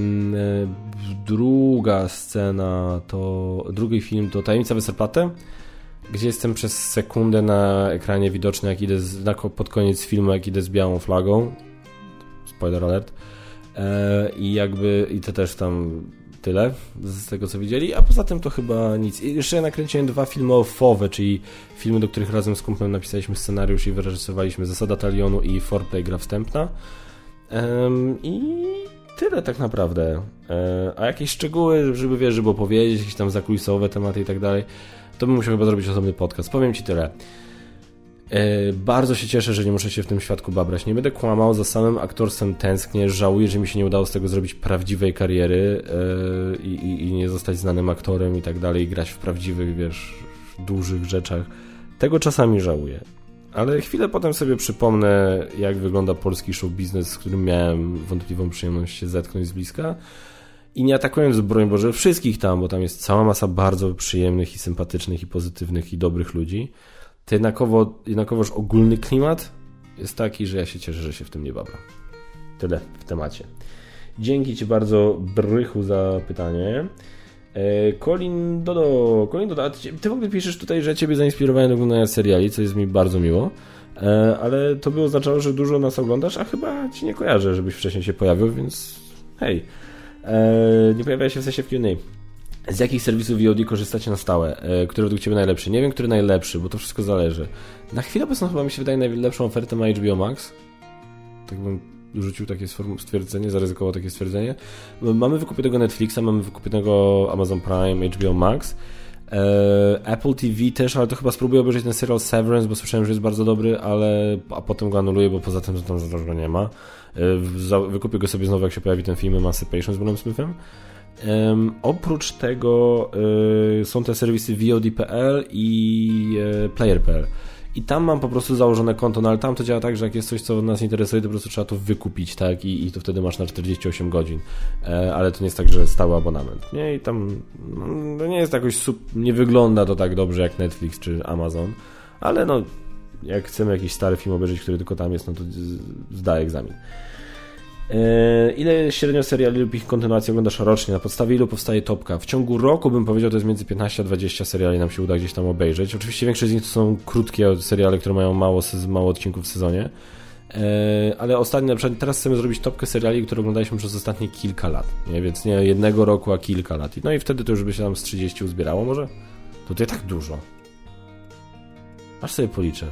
[SPEAKER 1] druga scena to, drugi film to Tajemnica Westerplatte, gdzie jestem przez sekundę na ekranie widoczny, jak idę z, na, pod koniec filmu, jak idę z białą flagą. Spoiler alert. E, I jakby, i to też tam tyle z tego, co widzieli, a poza tym to chyba nic. I jeszcze nakręciłem dwa filmy o Fowe, czyli filmy, do których razem z kumplem napisaliśmy scenariusz i wyreżyserowaliśmy Zasada Talionu i Foreplay, gra wstępna. E, I tyle tak naprawdę. E, a jakieś szczegóły, żeby wiesz, żeby opowiedzieć, jakieś tam zakulisowe tematy i tak dalej, to bym musiał chyba zrobić osobny podcast. Powiem ci tyle. Yy, bardzo się cieszę, że nie muszę się w tym świadku babrać. Nie będę kłamał, za samym aktorstwem tęsknię. Żałuję, że mi się nie udało z tego zrobić prawdziwej kariery yy, i, i nie zostać znanym aktorem i tak dalej, grać w prawdziwych, wiesz, dużych rzeczach. Tego czasami żałuję. Ale chwilę potem sobie przypomnę, jak wygląda polski show biznes, z którym miałem wątpliwą przyjemność się zetknąć z bliska. I nie atakując, broń Boże, wszystkich tam, bo tam jest cała masa bardzo przyjemnych i sympatycznych i pozytywnych i dobrych ludzi, to jednakowo, jednakowoż ogólny klimat jest taki, że ja się cieszę, że się w tym nie babram. Tyle w temacie. Dzięki ci bardzo, Brychu, za pytanie. Colin Dodo, Colin Dodo, a ty, ty w ogóle piszesz tutaj, że ciebie zainspirowałem do oglądania seriali, co jest mi bardzo miło, ale to by oznaczało, że dużo nas oglądasz, a chyba ci nie kojarzę, żebyś wcześniej się pojawił, więc hej. Eee, nie pojawia się w sensie w Q and A. Z jakich serwisów V O D korzystacie na stałe? Eee, który według ciebie najlepszy? Nie wiem, który najlepszy, bo to wszystko zależy. Na chwilę obecną chyba mi się wydaje najlepszą ofertę ma H B O Max. Tak bym rzucił takie stwierdzenie, zaryzykował takie stwierdzenie. Mamy wykupionego Netflixa, mamy wykupionego Amazon Prime, H B O Max, Apple T V też, ale to chyba spróbuję obejrzeć ten serial Severance, bo słyszałem, że jest bardzo dobry, ale a potem go anuluję, bo poza tym, że tam za dużo nie ma. Wykupię go sobie znowu, jak się pojawi ten film Emancipation z Willem Smithem. Um, oprócz tego y, są te serwisy V O D kropka P L i y, Player kropka P L. I tam mam po prostu założone konto, no ale tam to działa tak, że jak jest coś, co nas interesuje, to po prostu trzeba to wykupić, tak? I, i to wtedy masz na czterdzieści osiem godzin. E, ale to nie jest tak, że stały abonament. Nie, i tam no, nie jest jakoś sub... nie wygląda to tak dobrze jak Netflix czy Amazon, ale no jak chcemy jakiś stary film obejrzeć, który tylko tam jest, no to zdaje egzamin. Ile średnio seriali lub ich kontynuacji oglądasz rocznie? Na podstawie ilu powstaje topka? W ciągu roku bym powiedział, to jest między piętnaście a dwadzieścia seriali nam się uda gdzieś tam obejrzeć. Oczywiście większość z nich to są krótkie seriale, które mają mało, mało odcinków w sezonie. Ale ostatnio, na przykład teraz chcemy zrobić topkę seriali, które oglądaliśmy przez ostatnie kilka lat. Nie? Więc nie jednego roku, a kilka lat. No i wtedy to już by się tam z trzydzieści uzbierało może? To to jest tak dużo. Aż sobie policzę.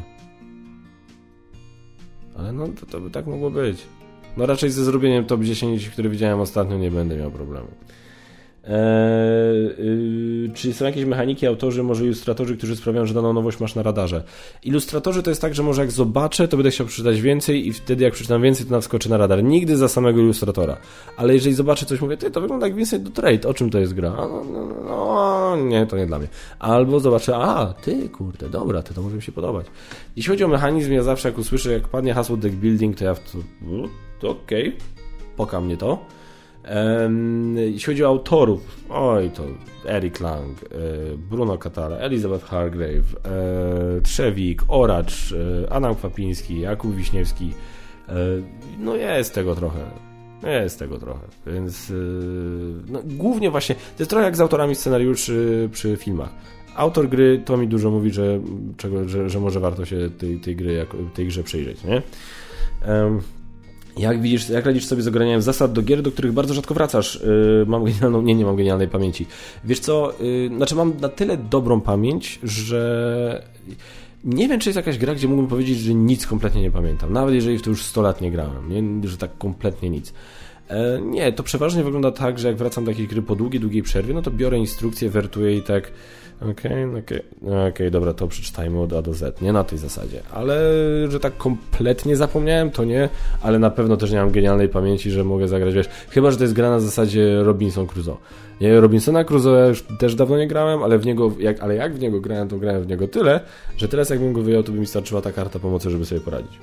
[SPEAKER 1] Ale no to, to by tak mogło być. No raczej ze zrobieniem top dziesięć, które widziałem ostatnio, nie będę miał problemu. Eee, yy, czy są jakieś mechaniki, autorzy, może ilustratorzy, którzy sprawiają, że daną nowość masz na radarze? Ilustratorzy to jest tak, że może jak zobaczę, to będę chciał przeczytać więcej i wtedy jak przeczytam więcej, to naskoczy na radar. Nigdy za samego ilustratora. Ale jeżeli zobaczę coś, mówię, ty, to wygląda jak Vincent do Trade, o czym to jest gra? No, no, no, nie, to nie dla mnie. Albo zobaczę, a, ty, kurde, dobra, ty, to może mi się podobać. Jeśli chodzi o mechanizm, ja zawsze jak usłyszę, jak padnie hasło deck building, to ja w to, to okej, okay, poka mnie to. Um, jeśli chodzi o autorów, oj to Eric Lang, Bruno Catala, Elizabeth Hargrave, Trzewik, Oracz, Adam Kwapiński, Jakub Wiśniewski, no jest tego trochę, jest tego trochę, więc no, głównie właśnie, to jest trochę jak z autorami scenariuszy przy filmach. Autor gry to mi dużo mówi, że, czego, że, że może warto się tej, tej, gry, tej grze przyjrzeć, nie? Um, Jak widzisz, jak radzisz sobie z ograniem zasad do gier, do których bardzo rzadko wracasz? Yy, mam genialną, nie, nie mam genialnej pamięci. Wiesz co, yy, znaczy mam na tyle dobrą pamięć, że nie wiem, czy jest jakaś gra, gdzie mógłbym powiedzieć, że nic kompletnie nie pamiętam. Nawet jeżeli w to już sto lat nie grałem, nie? Że tak kompletnie nic. E, nie, to przeważnie wygląda tak, że jak wracam do jakiejś gry po długiej, długiej przerwie, no to biorę instrukcję, wertuję i tak okej, okay, okej, okay, okay, dobra, to przeczytajmy od A do Z, nie na tej zasadzie, ale że tak kompletnie zapomniałem, to nie, ale na pewno też nie mam genialnej pamięci, że mogę zagrać, wiesz, chyba, że to jest gra na zasadzie Robinson Crusoe. Nie, Robinsona Crusoe ja już też dawno nie grałem, ale w niego, jak, ale jak w niego grałem, to grałem w niego tyle, że teraz jakbym go wyjął, to by mi starczyła ta karta pomocy, żeby sobie poradzić.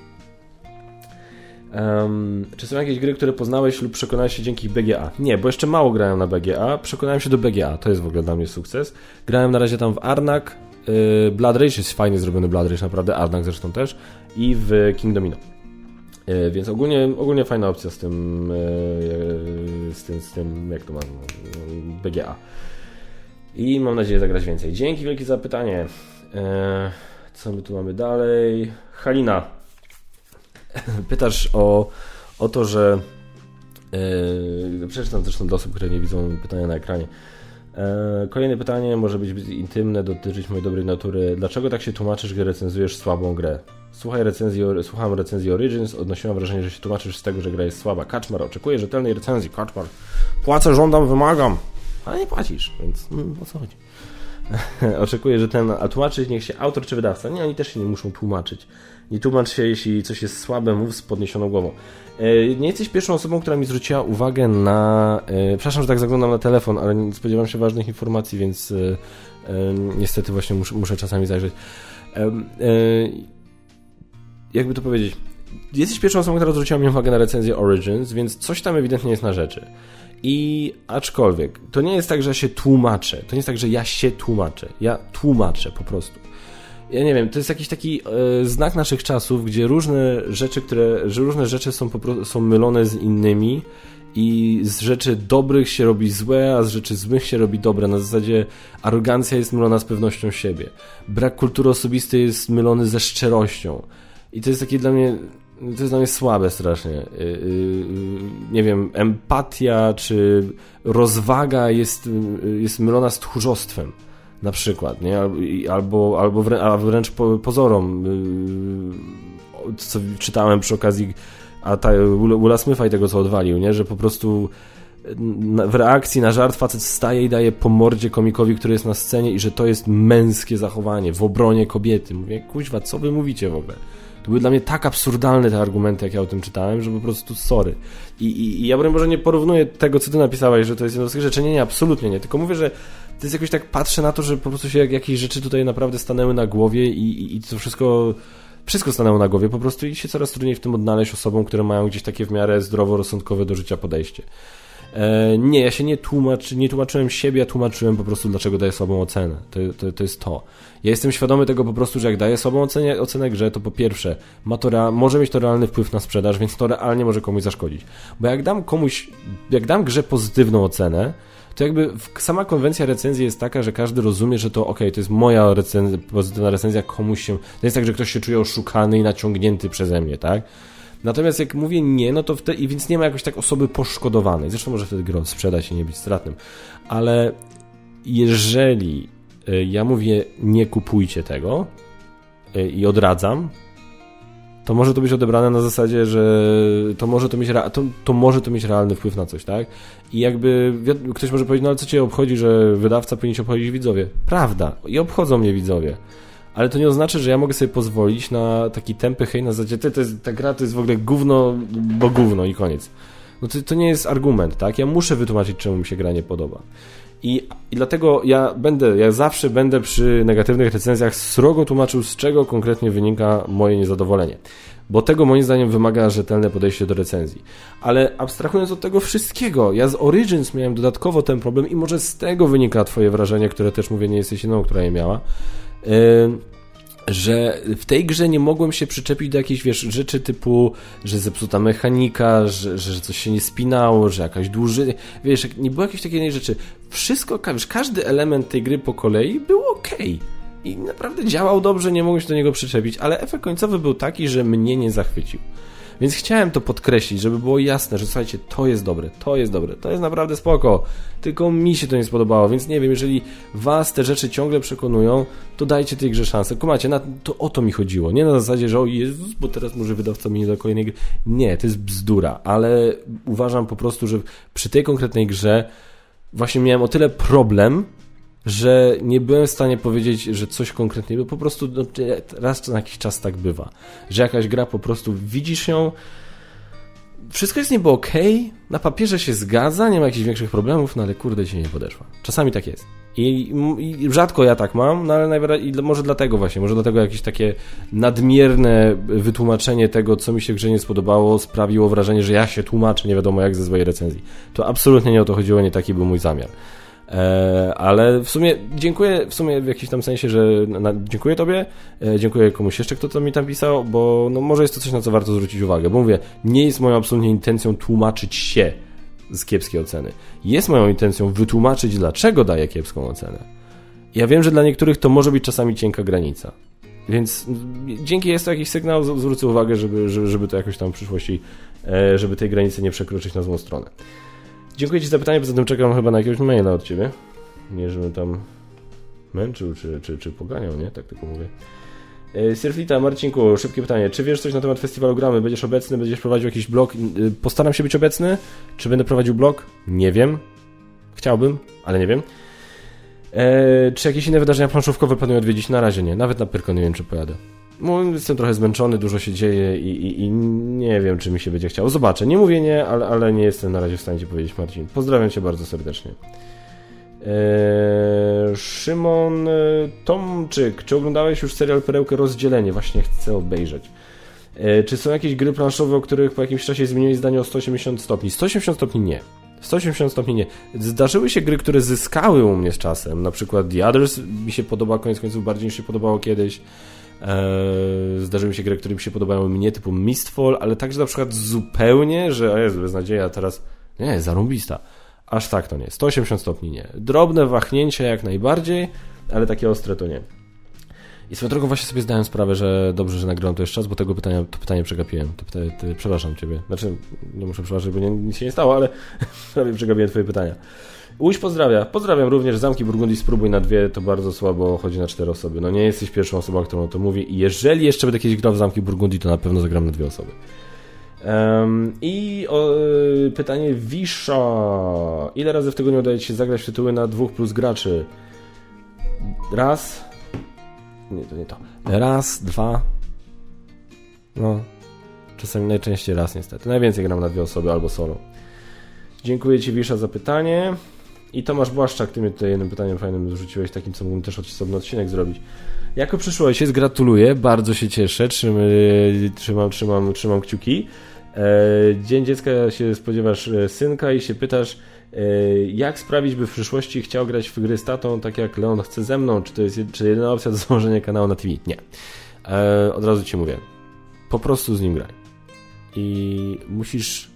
[SPEAKER 1] Um, czy są jakieś gry, które poznałeś lub przekonałeś się dzięki B G A? Nie, bo jeszcze mało grałem na B G A, przekonałem się do B G A, to jest w ogóle dla mnie sukces. Grałem na razie tam w Arnak, yy, Blood Rage, jest fajnie zrobiony Blood Rage, naprawdę, Arnak zresztą też, i w King Domino. Yy, więc ogólnie, ogólnie fajna opcja z tym, yy, z tym, z tym, jak to mam, yy, B G A. I mam nadzieję zagrać więcej. Dzięki wielkie za pytanie. Yy, co my tu mamy dalej? Halina. Pytasz o, o to, że yy, przeczytam zresztą do osób, które nie widzą pytania na ekranie. Yy, kolejne pytanie może być intymne, dotyczyć mojej dobrej natury. Dlaczego tak się tłumaczysz, gdy recenzujesz słabą grę? Słuchaj recenzji, słucham recenzji Origins, odnosiłam wrażenie, że się tłumaczysz z tego, że gra jest słaba. Kaczmar, oczekuję rzetelnej recenzji. Kaczmar, płacę, żądam, wymagam. Ale nie płacisz, więc hmm, o co chodzi? Oczekuję, że ten, a tłumaczyć niech się autor czy wydawca. Nie, oni też się nie muszą tłumaczyć. Nie tłumacz się, jeśli coś jest słabe, mów z podniesioną głową. Nie jesteś pierwszą osobą, która mi zwróciła uwagę na... Przepraszam, że tak zaglądam na telefon, ale nie spodziewam się ważnych informacji, więc niestety właśnie muszę, muszę czasami zajrzeć. Jakby to powiedzieć? Jesteś pierwszą osobą, która zwróciła mi uwagę na recenzję Origins, więc coś tam ewidentnie jest na rzeczy. I aczkolwiek, to nie jest tak, że ja się tłumaczę. To nie jest tak, że ja się tłumaczę. Ja tłumaczę po prostu. Ja nie wiem, to jest jakiś taki e, znak naszych czasów, gdzie różne rzeczy, które, że różne rzeczy są, po prostu, są mylone z innymi i z rzeczy dobrych się robi złe, a z rzeczy złych się robi dobre. Na zasadzie arogancja jest mylona z pewnością siebie. Brak kultury osobistej jest mylony ze szczerością. I to jest takie dla mnie... To jest dla mnie słabe strasznie. Yy, yy, nie wiem, empatia czy rozwaga jest, yy, jest mylona z tchórzostwem. Na przykład, nie? Albo, albo wrę, a wręcz po, pozorom. Yy, co czytałem przy okazji a ta Willa Smitha i tego, co odwalił, nie? Że po prostu w reakcji na żart facet staje i daje po mordzie komikowi, który jest na scenie i że to jest męskie zachowanie w obronie kobiety. Mówię, kuźwa, co wy mówicie w ogóle? To były dla mnie tak absurdalne te argumenty, jak ja o tym czytałem, że po prostu sorry. I, i, i ja broń Boże nie porównuję tego, co ty napisałeś, że to jest jedno z tych rzeczy. Nie, nie, absolutnie nie. Tylko mówię, że to jest jakoś tak, patrzę na to, że po prostu się jakieś rzeczy tutaj naprawdę stanęły na głowie i, i, i to wszystko... Wszystko stanęło na głowie po prostu i się coraz trudniej w tym odnaleźć osobom, które mają gdzieś takie w miarę zdroworozsądkowe do życia podejście. E, nie, ja się nie, tłumacz, nie tłumaczyłem siebie, ja tłumaczyłem po prostu, dlaczego daję słabą ocenę. To, to, to jest to. Ja jestem świadomy tego po prostu, że jak daję słabą ocenę, ocenę grze, to po pierwsze ma to rea- może mieć to realny wpływ na sprzedaż, więc to realnie może komuś zaszkodzić. Bo jak dam komuś, jak dam grze pozytywną ocenę, to jakby sama konwencja recenzji jest taka, że każdy rozumie, że to okej, okay, to jest moja recenzja, pozytywna recenzja, komuś się... To jest tak, że ktoś się czuje oszukany i naciągnięty przeze mnie, tak? Natomiast jak mówię nie, no to wtedy... I więc nie ma jakoś tak osoby poszkodowanej. Zresztą może wtedy grę sprzedać i nie być stratnym. Ale jeżeli ja mówię nie kupujcie tego i odradzam, to może to być odebrane na zasadzie, że to może to mieć, to, to może to mieć realny wpływ na coś, tak? I jakby ktoś może powiedzieć, no ale co cię obchodzi, że wydawca powinien się obchodzić widzowie? Prawda, i obchodzą mnie widzowie. Ale to nie oznacza, że ja mogę sobie pozwolić na taki tępy hej na zasadzie, to jest, ta gra to jest w ogóle gówno, bo gówno i koniec. No to, to nie jest argument, tak? Ja muszę wytłumaczyć, czemu mi się gra nie podoba. I, I dlatego ja będę, ja zawsze będę przy negatywnych recenzjach srogo tłumaczył, z czego konkretnie wynika moje niezadowolenie. Bo tego moim zdaniem wymaga rzetelne podejście do recenzji. Ale abstrahując od tego wszystkiego, ja z Origins miałem dodatkowo ten problem i może z tego wynika twoje wrażenie, które też mówię, nie jesteś jedyną, która je miała, yy, że w tej grze nie mogłem się przyczepić do jakichś, wiesz, rzeczy typu, że zepsuta mechanika, że, że coś się nie spinało, że jakaś dłużej, wiesz, nie było jakiejś takiej rzeczy. Wszystko, wiesz, każdy element tej gry po kolei był okej. Okay. I naprawdę działał dobrze, nie mogłem się do niego przyczepić, ale efekt końcowy był taki, że mnie nie zachwycił. Więc chciałem to podkreślić, żeby było jasne, że słuchajcie, to jest dobre, to jest dobre, to jest naprawdę spoko, tylko mi się to nie spodobało, więc nie wiem, jeżeli was te rzeczy ciągle przekonują, to dajcie tej grze szansę. Kumacie, na, to o to mi chodziło, nie na zasadzie, że o Jezus, bo teraz może wydawca mi nie da kolejnej gry. Nie, to jest bzdura, ale uważam po prostu, że przy tej konkretnej grze właśnie miałem o tyle problem, że nie byłem w stanie powiedzieć, że coś konkretnie, bo po prostu no, raz na jakiś czas tak bywa, że jakaś gra po prostu widzisz ją, wszystko jest niby okej, na papierze się zgadza, nie ma jakichś większych problemów, no ale kurde ci nie podeszła. Czasami tak jest. I, i rzadko ja tak mam, no ale najwyraźniej, może dlatego właśnie, może dlatego jakieś takie nadmierne wytłumaczenie tego, co mi się w grze nie spodobało, sprawiło wrażenie, że ja się tłumaczę nie wiadomo jak ze swojej recenzji. To absolutnie nie o to chodziło, nie taki był mój zamiar. E, ale w sumie dziękuję w sumie w jakimś tam sensie, że na, dziękuję tobie, e, dziękuję komuś jeszcze, kto to mi tam pisał, bo no, może jest to coś, na co warto zwrócić uwagę, bo mówię, nie jest moją absolutnie intencją tłumaczyć się z kiepskiej oceny. Jest moją intencją wytłumaczyć, dlaczego daję kiepską ocenę. Ja wiem, że dla niektórych to może być czasami cienka granica, więc dzięki jest to jakiś sygnał, zwrócę uwagę, żeby, żeby, żeby to jakoś tam w przyszłości, e, żeby tej granicy nie przekroczyć na złą stronę. Dziękuję ci za pytanie, poza tym czekam chyba na jakiegoś maila od ciebie. Nie, żebym tam męczył, czy, czy, czy poganiał, nie? Tak tylko mówię. E, Sirflita, Marcinku, szybkie pytanie. Czy wiesz coś na temat festiwalu Gramy? Będziesz obecny? Będziesz prowadził jakiś blog? Postaram się być obecny. Czy będę prowadził blog? Nie wiem. Chciałbym, ale nie wiem. E, czy jakieś inne wydarzenia planszówkowe planuję odwiedzić? Na razie nie. Nawet na Pyrkon nie wiem, czy pojadę. No, jestem trochę zmęczony, dużo się dzieje i, i, i nie wiem, czy mi się będzie chciało. Zobaczę, nie mówię nie, ale, ale nie jestem na razie w stanie ci powiedzieć, Marcin. Pozdrawiam cię bardzo serdecznie. Eee, Szymon Tomczyk, czy oglądałeś już serial Perełkę Rozdzielenie? Właśnie chcę obejrzeć. Eee, czy są jakieś gry planszowe, o których po jakimś czasie zmieniłeś zdanie o sto osiemdziesiąt stopni? sto osiemdziesiąt stopni nie. sto osiemdziesiąt stopni nie. Zdarzyły się gry, które zyskały u mnie z czasem. Na przykład The Others mi się podoba, koniec końców bardziej niż się podobało kiedyś. Eee, zdarzyły się gry, które mi się podobają mnie, typu Mistfall, ale także na przykład zupełnie, że o Jezu, beznadzieja, teraz nie, zarąbista. Aż tak to nie. sto osiemdziesiąt stopni nie. Drobne wahnięcia jak najbardziej, ale takie ostre to nie. I swoją drogą właśnie sobie zdałem sprawę, że dobrze, że nagrałem to jeszcze czas, bo tego pytania, to pytanie przegapiłem. To pytanie, to, przepraszam ciebie. Znaczy, nie muszę przepraszać, bo nie, nic się nie stało, ale prawie przegapiłem twoje pytania. Łuś pozdrawia. Pozdrawiam również. Zamki Burgundii spróbuj na dwie, to bardzo słabo chodzi na cztery osoby. No nie jesteś pierwszą osobą, którą to mówi i jeżeli jeszcze będę kiedyś grał w Zamki Burgundii, to na pewno zagram na dwie osoby. Um, I o, pytanie Wisza. Ile razy w tygodniu udaje ci się zagrać w tytuły na dwóch plus graczy? Raz. Nie, to nie to. Raz, dwa. No. Czasami najczęściej raz niestety. Najwięcej gram na dwie osoby albo solo. Dziękuję ci Wisza za pytanie. I Tomasz Błaszczak, ty mnie tutaj jednym pytaniem fajnym rzuciłeś, takim co mógłbym też osobny odcinek zrobić. Jako przyszły ojciec gratuluję, bardzo się cieszę, trzymam, trzymam, trzymam, trzymam kciuki. Dzień dziecka się spodziewasz synka i się pytasz, jak sprawić, by w przyszłości chciał grać w gry z tatą, tak jak Leon chce ze mną? Czy to jest czy jedyna opcja do założenia kanału na T V? Nie. Od razu ci mówię. Po prostu z nim graj. I musisz...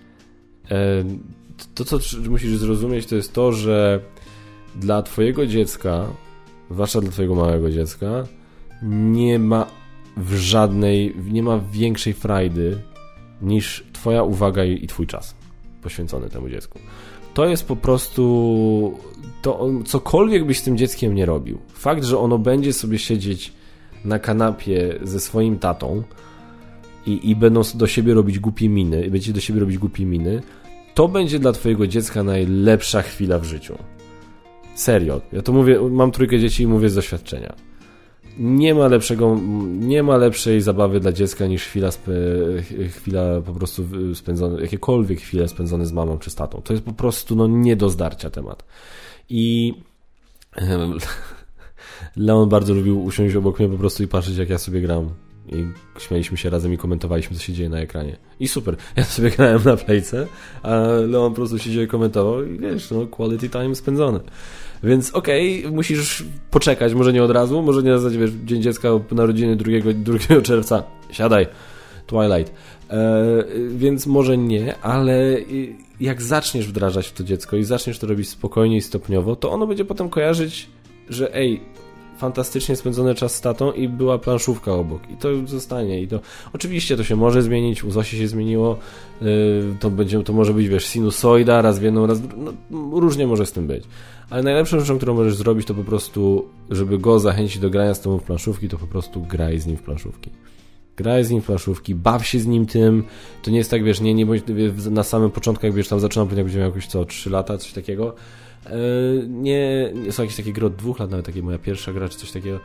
[SPEAKER 1] To, co musisz zrozumieć, to jest to, że dla twojego dziecka, zwłaszcza dla twojego małego dziecka, nie ma w żadnej, nie ma większej frajdy niż twoja uwaga i twój czas poświęcony temu dziecku. To jest po prostu to, cokolwiek byś z tym dzieckiem nie robił. Fakt, że ono będzie sobie siedzieć na kanapie ze swoim tatą i, i będą do siebie robić głupie miny, i będziecie do siebie robić głupie miny, to będzie dla twojego dziecka najlepsza chwila w życiu. Serio. Ja to mówię, mam trójkę dzieci i mówię z doświadczenia. Nie ma lepszego, nie ma lepszej zabawy dla dziecka niż chwila, spe, chwila po prostu spędzona, jakiekolwiek chwile spędzone z mamą czy z tatą. To jest po prostu no, nie do zdarcia temat. I Leon bardzo lubił usiąść obok mnie po prostu i patrzeć, jak ja sobie gram. I śmialiśmy się razem i komentowaliśmy, co się dzieje na ekranie. I super. Ja sobie grałem na playce, a Leon po prostu siedział i komentował i wiesz, no quality time spędzone. Więc okej, okay, musisz poczekać, może nie od razu, może nie na zasadzie, wiesz, Dzień Dziecka, narodziny drugiego czerwca, siadaj, Twilight. E, więc może nie, ale jak zaczniesz wdrażać w to dziecko i zaczniesz to robić spokojnie i stopniowo, to ono będzie potem kojarzyć, że ej, fantastycznie spędzony czas z tatą i była planszówka obok. I to zostanie. I to oczywiście to się może zmienić, u Zosi się zmieniło, yy, to będzie, to może być, wiesz, sinusoida, raz w jedną, raz w drugą, no, różnie może z tym być. Ale najlepszą rzeczą, którą możesz zrobić, to po prostu, żeby go zachęcić do grania z tobą w planszówki, to po prostu graj z nim w planszówki. Graj z nim w planszówki, baw się z nim tym. To nie jest tak, wiesz, nie, nie bądź na samym początku, jak wiesz, tam zaczynam, jak będziemy jakoś co, trzy lata, coś takiego. Nie, nie są jakieś takie gry od dwóch lat, nawet takie moja pierwsza gra, czy coś takiego.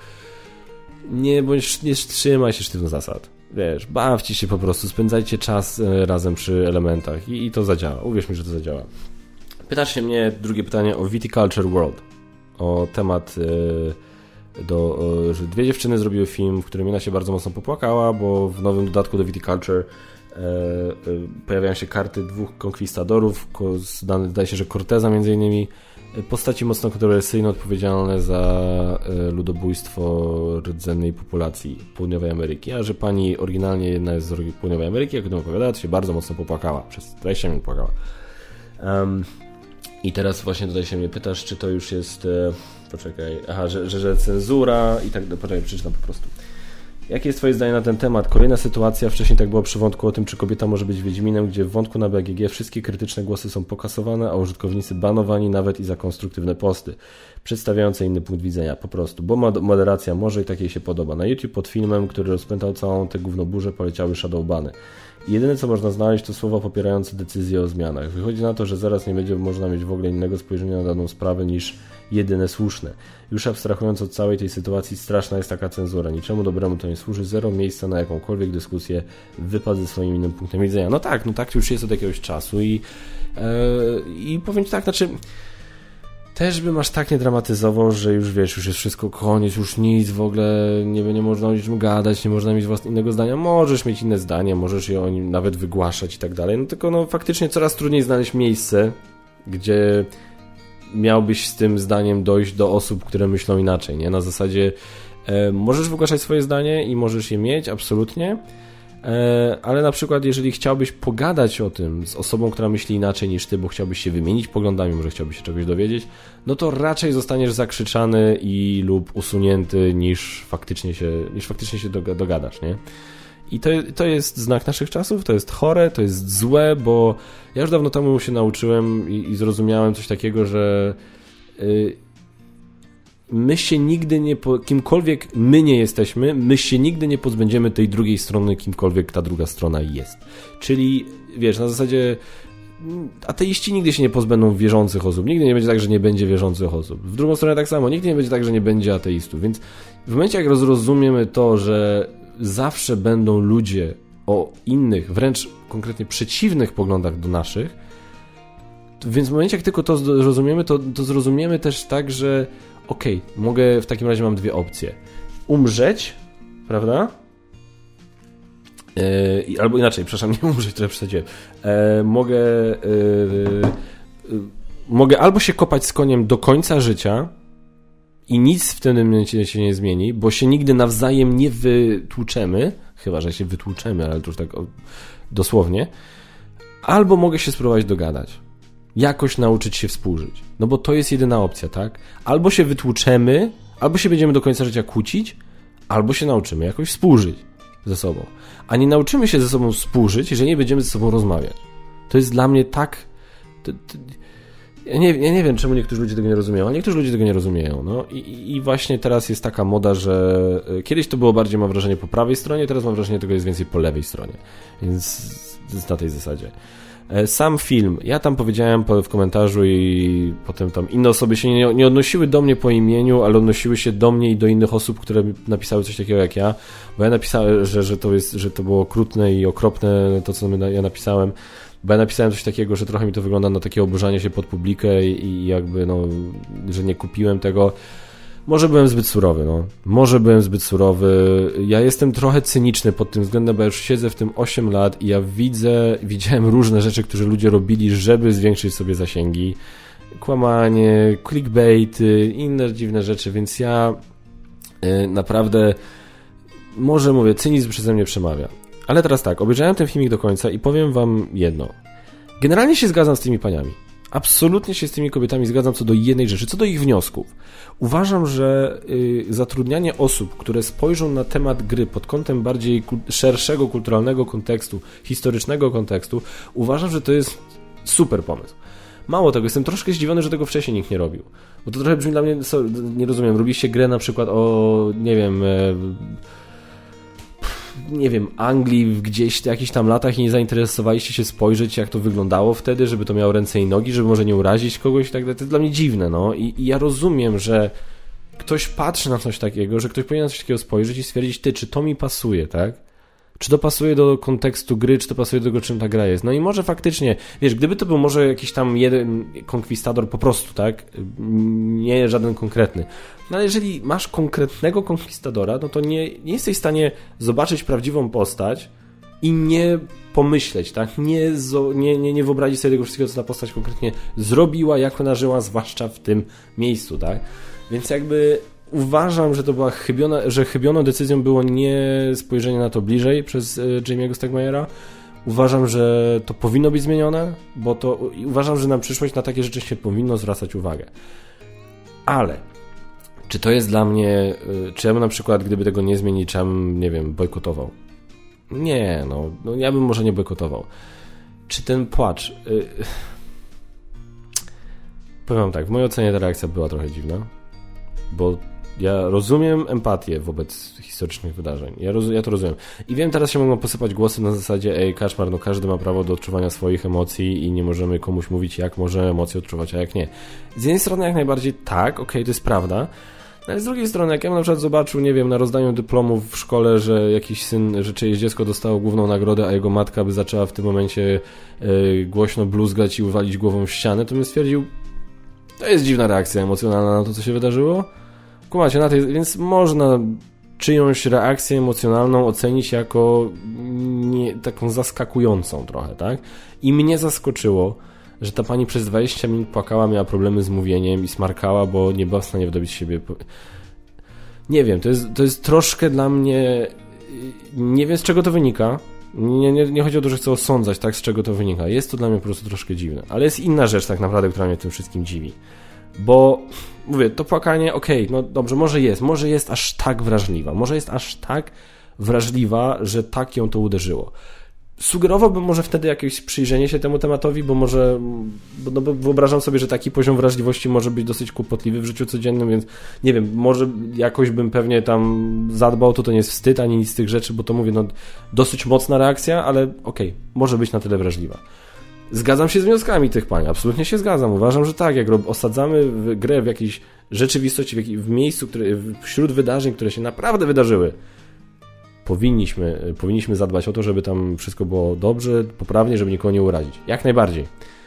[SPEAKER 1] Nie bądź, nie trzymaj się sztywno zasad. Wiesz, bawcie się po prostu, spędzajcie czas razem przy elementach i, i to zadziała. Uwierz mi, że to zadziała. Pytasz się mnie, drugie pytanie, o Viticulture World. O temat, yy, do, yy, że dwie dziewczyny zrobiły film, w którym jedna się bardzo mocno popłakała, bo w nowym dodatku do Viticulture yy, yy, pojawiają się karty dwóch konkwistadorów, zdaje się, że Corteza między innymi, postaci mocno kontrowersyjne, odpowiedzialne za y, ludobójstwo rdzennej populacji Południowej Ameryki, a że pani oryginalnie jedna jest z Południowej Ameryki, jak o tym opowiadała, to się bardzo mocno popłakała, przez dwadzieścia minut płakała. Um, I teraz właśnie tutaj się mnie pytasz, czy to już jest, e, poczekaj, aha, że, że, że cenzura i tak, poczekaj, przeczytam po prostu. Jakie jest twoje zdanie na ten temat? Kolejna sytuacja, wcześniej tak było przy wątku o tym, czy kobieta może być Wiedźminem, gdzie w wątku na B G G wszystkie krytyczne głosy są pokasowane, a użytkownicy banowani nawet i za konstruktywne posty, przedstawiające inny punkt widzenia, po prostu, bo moderacja może i tak jej się podoba. Na YouTube pod filmem, który rozpętał całą tę gównoburzę, poleciały shadowbany. Jedyne, co można znaleźć, to słowa popierające decyzje o zmianach. Wychodzi na to, że zaraz nie będzie można mieć w ogóle innego spojrzenia na daną sprawę niż jedyne słuszne. Już abstrahując od całej tej sytuacji, straszna jest taka cenzura. Niczemu dobremu to nie służy. Zero miejsca na jakąkolwiek dyskusję, wypad ze swoim innym punktem widzenia. No tak, no tak już jest od jakiegoś czasu i, yy, i powiem ci tak, znaczy też bym aż tak nie dramatyzował, że już wiesz, już jest wszystko koniec, już nic w ogóle, nie, nie można o niczym gadać, nie można mieć własnego zdania. Możesz mieć inne zdanie, możesz je o nim nawet wygłaszać i tak dalej, no tylko no faktycznie coraz trudniej znaleźć miejsce, gdzie miałbyś z tym zdaniem dojść do osób, które myślą inaczej, nie? Na zasadzie e, możesz wygłaszać swoje zdanie i możesz je mieć, absolutnie, e, ale na przykład jeżeli chciałbyś pogadać o tym z osobą, która myśli inaczej niż ty, bo chciałbyś się wymienić poglądami, może chciałbyś się czegoś dowiedzieć, no to raczej zostaniesz zakrzyczany i lub usunięty niż faktycznie się, niż faktycznie się dogadasz, nie? I to, to jest znak naszych czasów, to jest chore, to jest złe, bo ja już dawno temu się nauczyłem i, i zrozumiałem coś takiego, że yy, my się nigdy nie, po, kimkolwiek my nie jesteśmy, my się nigdy nie pozbędziemy tej drugiej strony, kimkolwiek ta druga strona jest. Czyli, wiesz, na zasadzie ateiści nigdy się nie pozbędą wierzących osób. Nigdy nie będzie tak, że nie będzie wierzących osób. W drugą stronę tak samo. Nigdy nie będzie tak, że nie będzie ateistów. Więc w momencie, jak rozrozumiemy to, że zawsze będą ludzie o innych, wręcz konkretnie przeciwnych poglądach do naszych, to, więc w momencie, jak tylko to zrozumiemy, to, to zrozumiemy też tak, że okej, okay, mogę, w takim razie mam dwie opcje. Umrzeć, prawda? Yy, albo inaczej, przepraszam, nie umrzeć, trochę przesadziłem. Yy, mogę yy, yy, mogę albo się kopać z koniem do końca życia i nic w tym momencie się nie zmieni, bo się nigdy nawzajem nie wytłuczemy, chyba że się wytłuczemy, ale to już tak dosłownie, albo mogę się spróbować dogadać. Jakoś nauczyć się współżyć. No bo to jest jedyna opcja, tak? Albo się wytłuczemy, albo się będziemy do końca życia kłócić, albo się nauczymy jakoś współżyć ze sobą. A nie nauczymy się ze sobą współżyć, jeżeli nie będziemy ze sobą rozmawiać. To jest dla mnie tak... To, to, ja, nie, ja nie wiem, czemu niektórzy ludzie tego nie rozumieją, ale niektórzy ludzie tego nie rozumieją. No i, i właśnie teraz jest taka moda, że kiedyś to było bardziej, mam wrażenie, po prawej stronie, teraz mam wrażenie, że tego jest więcej po lewej stronie. Więc jest na tej zasadzie. Sam film, ja tam powiedziałem w komentarzu i potem tam inne osoby się nie, nie odnosiły do mnie po imieniu, ale odnosiły się do mnie i do innych osób, które napisały coś takiego jak ja, bo ja napisałem, że, że, to, jest, że to było okrutne i okropne to, co ja napisałem, bo ja napisałem coś takiego, że trochę mi to wygląda na takie oburzanie się pod publikę i, i jakby, no, że nie kupiłem tego. Może byłem zbyt surowy, no. Może byłem zbyt surowy. Ja jestem trochę cyniczny pod tym względem, bo ja już siedzę w tym osiem lat i ja widzę, widziałem różne rzeczy, które ludzie robili, żeby zwiększyć sobie zasięgi. Kłamanie, clickbaity, inne dziwne rzeczy, więc ja yy, naprawdę, może mówię, cynizm przeze mnie przemawia. Ale teraz tak, obejrzałem ten filmik do końca i powiem wam jedno. Generalnie się zgadzam z tymi paniami. Absolutnie się z tymi kobietami zgadzam co do jednej rzeczy, co do ich wniosków. Uważam, że y, zatrudnianie osób, które spojrzą na temat gry pod kątem bardziej ku- szerszego kulturalnego kontekstu, historycznego kontekstu, uważam, że to jest super pomysł. Mało tego, jestem troszkę zdziwiony, że tego wcześniej nikt nie robił. Bo to trochę brzmi dla mnie, so, nie rozumiem, robiliście grę na przykład o, nie wiem... E, nie wiem, Anglii gdzieś w jakichś tam latach i nie zainteresowaliście się spojrzeć, jak to wyglądało wtedy, żeby to miało ręce i nogi, żeby może nie urazić kogoś i tak dalej. To jest dla mnie dziwne, no. I, i ja rozumiem, że ktoś patrzy na coś takiego, że ktoś powinien na coś takiego spojrzeć i stwierdzić, ty, czy to mi pasuje, tak? Czy to pasuje do kontekstu gry, czy to pasuje do tego, czym ta gra jest. No i może faktycznie, wiesz, gdyby to był może jakiś tam jeden konkwistador po prostu, tak? Nie żaden konkretny. No ale jeżeli masz konkretnego konkwistadora, no to nie, nie jesteś w stanie zobaczyć prawdziwą postać i nie pomyśleć, tak? Nie, nie, nie, nie wyobrazić sobie tego wszystkiego, co ta postać konkretnie zrobiła, jak ona żyła, zwłaszcza w tym miejscu, tak? Więc jakby... Uważam, że to była chybiona, że chybioną decyzją było nie spojrzenie na to bliżej przez y, Jamie'ego Stegmaiera. Uważam, że to powinno być zmienione, bo to i uważam, że na przyszłość na takie rzeczy się powinno zwracać uwagę. Ale czy to jest dla mnie, y, czy ja bym na przykład, gdyby tego nie zmienić, czy ja bym, nie wiem, bojkotował? Nie, no, no ja bym może nie bojkotował. Czy ten płacz... Y, powiem tak, w mojej ocenie ta reakcja była trochę dziwna, bo ja rozumiem empatię wobec historycznych wydarzeń. Ja, roz, ja to rozumiem. I wiem, teraz się mogą posypać głosy na zasadzie ej, Kaczmar, no każdy ma prawo do odczuwania swoich emocji i nie możemy komuś mówić, jak może emocje odczuwać, a jak nie. Z jednej strony jak najbardziej tak, okej, okay, to jest prawda, ale z drugiej strony, jak ja bym na przykład zobaczył, nie wiem, na rozdaniu dyplomów w szkole, że jakiś syn, że czyjeś dziecko dostało główną nagrodę, a jego matka by zaczęła w tym momencie yy, głośno bluzgać i uwalić głową w ścianę, to bym stwierdził, to jest dziwna reakcja emocjonalna na to, co się wydarzyło. Kumacie, na tej, więc można czyjąś reakcję emocjonalną ocenić jako nie, taką zaskakującą trochę, tak? I mnie zaskoczyło, że ta pani przez dwadzieścia minut płakała, miała problemy z mówieniem i smarkała, bo nie była w stanie wydobyć z siebie. Nie wiem, to jest, to jest troszkę dla mnie... Nie wiem, z czego to wynika. Nie, nie, nie chodzi o to, że chcę osądzać, tak, z czego to wynika. Jest to dla mnie po prostu troszkę dziwne. Ale jest inna rzecz tak naprawdę, która mnie tym wszystkim dziwi. Bo, mówię, to płakanie, okej, okay, no dobrze, może jest, może jest aż tak wrażliwa, może jest aż tak wrażliwa, że tak ją to uderzyło. sugerowałbym może wtedy jakieś przyjrzenie się temu tematowi, bo może, bo, no bo wyobrażam sobie, że taki poziom wrażliwości może być dosyć kłopotliwy w życiu codziennym, więc nie wiem, może jakoś bym pewnie tam zadbał, to to nie jest wstyd ani nic z tych rzeczy, bo to mówię, no dosyć mocna reakcja, ale okej, okay, może być na tyle wrażliwa. Zgadzam się z wnioskami tych pań, absolutnie się zgadzam. Uważam, że tak, jak osadzamy w grę w jakiejś rzeczywistości, w, jakiej, w miejscu, które, wśród wydarzeń, które się naprawdę wydarzyły, powinniśmy, powinniśmy zadbać o to, żeby tam wszystko było dobrze, poprawnie, żeby nikogo nie urazić. Jak najbardziej.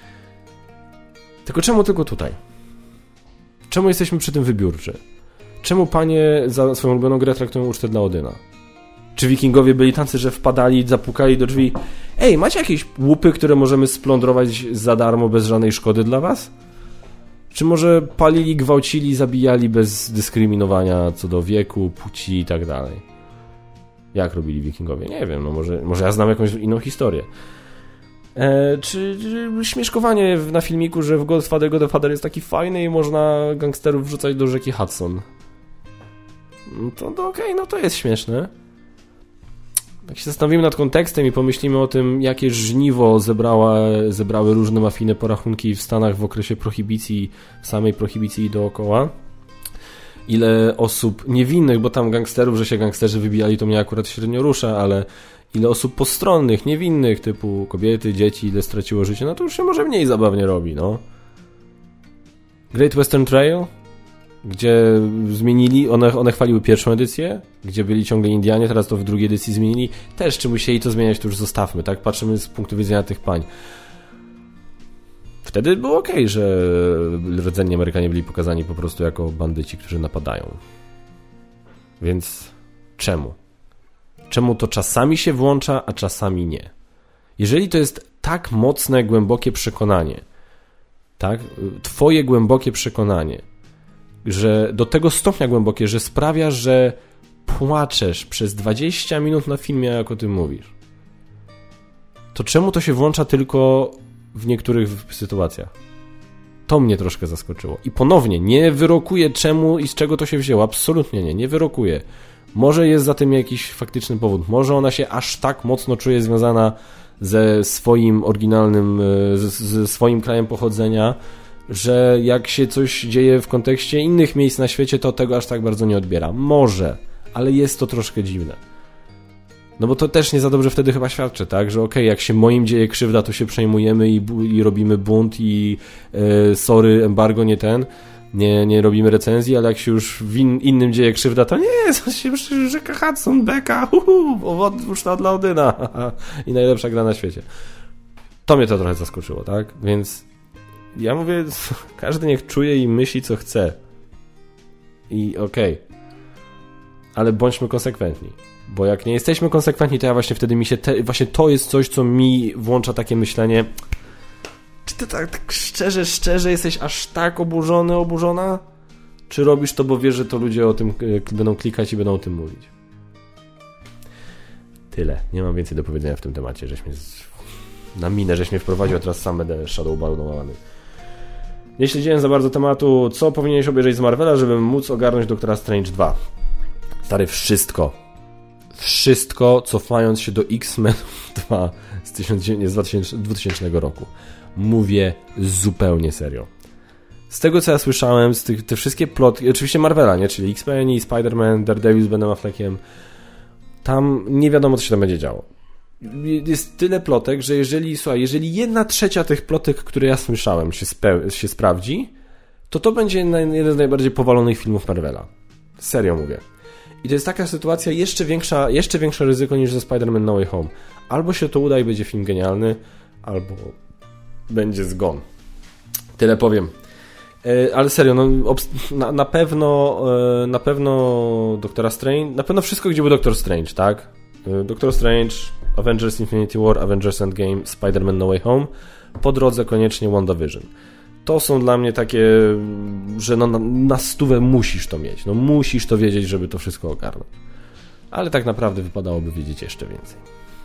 [SPEAKER 1] Tylko czemu tylko tutaj? Czemu jesteśmy przy tym wybiórczy? Czemu panie za swoją ulubioną grę traktują ucztę dla Odyna? Czy wikingowie byli tacy, że wpadali, zapukali do drzwi? Ej, macie jakieś łupy, które możemy splądrować za darmo, bez żadnej szkody dla was? Czy może palili, gwałcili, zabijali bez dyskryminowania co do wieku, płci i tak dalej? Jak robili wikingowie? Nie wiem, no może, może ja znam jakąś inną historię. E, czy, czy śmieszkowanie na filmiku, że w Godfather Godfather jest taki fajny i można gangsterów wrzucać do rzeki Hudson. No to, to okej, okay, no to jest śmieszne. Jak się zastanowimy nad kontekstem i pomyślimy o tym, jakie żniwo zebrała, zebrały różne mafijne porachunki w Stanach w okresie prohibicji, samej prohibicji i dookoła, ile osób niewinnych, bo tam gangsterów, że się gangsterzy wybijali, to mnie akurat średnio rusza, ale ile osób postronnych, niewinnych, typu kobiety, dzieci, ile straciło życie, no to już się może mniej zabawnie robi, no. Great Western Trail, gdzie zmienili, one, one chwaliły pierwszą edycję, gdzie byli ciągle Indianie, teraz to w drugiej edycji zmienili. Też, czy musieli to zmieniać, to już zostawmy, tak? Patrzymy z punktu widzenia tych pań. Wtedy było okej, okay, że rdzenni Amerykanie byli pokazani po prostu jako bandyci, którzy napadają. Więc czemu? Czemu to czasami się włącza, a czasami nie? Jeżeli to jest tak mocne, głębokie przekonanie, tak? Twoje głębokie przekonanie, że do tego stopnia głębokie, że sprawia, że płaczesz przez dwadzieścia minut na filmie, jak o tym mówisz, to czemu to się włącza tylko w niektórych sytuacjach? To mnie troszkę zaskoczyło. I ponownie, nie wyrokuję czemu i z czego to się wzięło. Absolutnie nie, nie wyrokuję. Może jest za tym jakiś faktyczny powód. Może ona się aż tak mocno czuje związana ze swoim oryginalnym, ze swoim krajem pochodzenia, że jak się coś dzieje w kontekście innych miejsc na świecie, to tego aż tak bardzo nie odbiera. Może, ale jest to troszkę dziwne. No bo to też nie za dobrze wtedy chyba świadczy, tak? Że okej, okay, jak się moim dzieje krzywda, to się przejmujemy i, i robimy bunt i yy, sorry, embargo, nie ten, nie, nie robimy recenzji, ale jak się już w in, innym dzieje krzywda, to nie, to się rzeka Hudson, beka, uczta dla Odyna i najlepsza gra na świecie. To mnie to trochę zaskoczyło, tak? Więc ja mówię, każdy niech czuje i myśli, co chce. I okej. Okay. Ale bądźmy konsekwentni. Bo jak nie jesteśmy konsekwentni, to ja właśnie wtedy mi się... Te, właśnie to jest coś, co mi włącza takie myślenie. Czy ty tak, tak szczerze, szczerze jesteś aż tak oburzony, oburzona? Czy robisz to, bo wiesz, że to ludzie o tym będą klikać i będą o tym mówić? Tyle. Nie mam więcej do powiedzenia w tym temacie, żeś mnie... Z... Na minę, żeś mnie wprowadził, a teraz sam będę shadowbannowany. Nie śledziłem za bardzo tematu, co powinieneś obejrzeć z Marvela, żeby móc ogarnąć Doktora Strange dwa. Stary, wszystko. Wszystko, cofając się do X-Men dwa z, z dwutysięcznego roku. Mówię zupełnie serio. Z tego, co ja słyszałem, z tych, te wszystkie plotki, oczywiście Marvela, nie? Czyli X-Men i Spider-Man, Daredevil z Benem Affleckiem, tam nie wiadomo, co się tam będzie działo. Jest tyle plotek, że jeżeli, słuchaj, jeżeli jedna trzecia tych plotek, które ja słyszałem, się, spe- się sprawdzi, to to będzie jeden z najbardziej powalonych filmów Marvela. Serio mówię. I to jest taka sytuacja, jeszcze większa, jeszcze większe ryzyko niż ze Spider-Man No Way Home. Albo się to uda i będzie film genialny, albo będzie zgon. Tyle powiem. Ale serio, no, na, na pewno na pewno Doktora Strange, na pewno wszystko, gdzie był Doktor Strange, tak? Doktor Strange, Avengers Infinity War, Avengers Endgame, Spider-Man No Way Home, po drodze koniecznie WandaVision. To są dla mnie takie, że no na, na stówę musisz to mieć, no musisz to wiedzieć, żeby to wszystko ogarnąć. Ale tak naprawdę wypadałoby wiedzieć jeszcze więcej.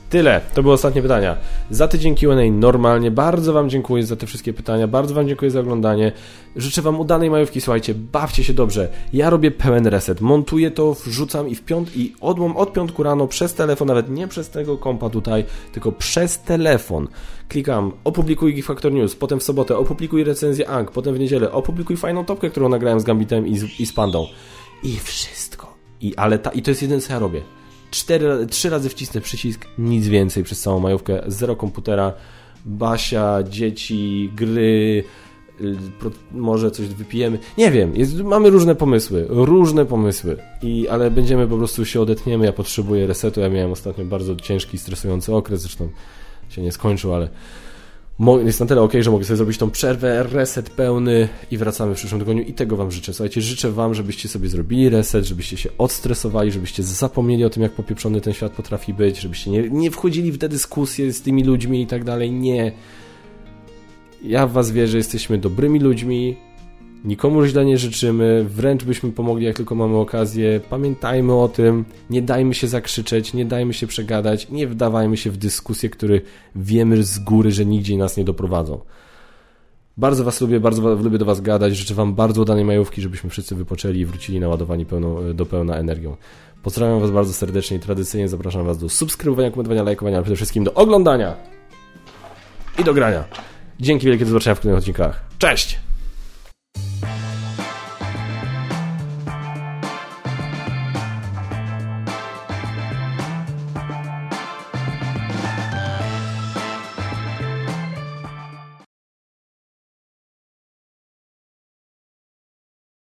[SPEAKER 1] Tyle, to były ostatnie pytania. Za tydzień Q and A normalnie. Bardzo wam dziękuję za te wszystkie pytania, bardzo wam dziękuję za oglądanie. Życzę wam udanej majówki, słuchajcie, bawcie się dobrze. Ja robię pełen reset, montuję to, wrzucam i w piąt i od, od piątku rano przez telefon, nawet nie przez tego kompa tutaj, tylko przez telefon. Klikam, opublikuj Geek Factor News, potem w sobotę opublikuj recenzję A N G, potem w niedzielę opublikuj fajną topkę, którą nagrałem z Gambitem i z, i z Pandą. I wszystko. I, ale ta, I to jest jeden, co ja robię. Cztery, trzy razy wcisnę przycisk, nic więcej przez całą majówkę, zero komputera, Basia, dzieci, gry, pro, może coś wypijemy, nie wiem, jest, mamy różne pomysły, różne pomysły, I, ale będziemy po prostu się odetniemy, ja potrzebuję resetu, ja miałem ostatnio bardzo ciężki, stresujący okres, zresztą się nie skończył, ale jest na tyle okej, że mogę sobie zrobić tą przerwę, reset pełny i wracamy w przyszłym tygodniu i tego wam życzę. Słuchajcie, życzę wam, żebyście sobie zrobili reset, żebyście się odstresowali, żebyście zapomnieli o tym, jak popieprzony ten świat potrafi być, żebyście nie, nie wchodzili w te dyskusje z tymi ludźmi i tak dalej. Nie. Ja w was wierzę, jesteśmy dobrymi ludźmi, nikomu źle nie życzymy, wręcz byśmy pomogli, jak tylko mamy okazję. Pamiętajmy o tym, nie dajmy się zakrzyczeć, nie dajmy się przegadać, nie wdawajmy się w dyskusje, które wiemy z góry, że nigdzie nas nie doprowadzą. Bardzo was lubię, bardzo lubię do was gadać, życzę wam bardzo udanej majówki, żebyśmy wszyscy wypoczęli i wrócili naładowani pełną, do pełna energią. Pozdrawiam was bardzo serdecznie i tradycyjnie zapraszam was do subskrybowania, komentowania, lajkowania, ale przede wszystkim do oglądania i do grania. Dzięki wielkie, do zobaczenia w kolejnych odcinkach. Cześć!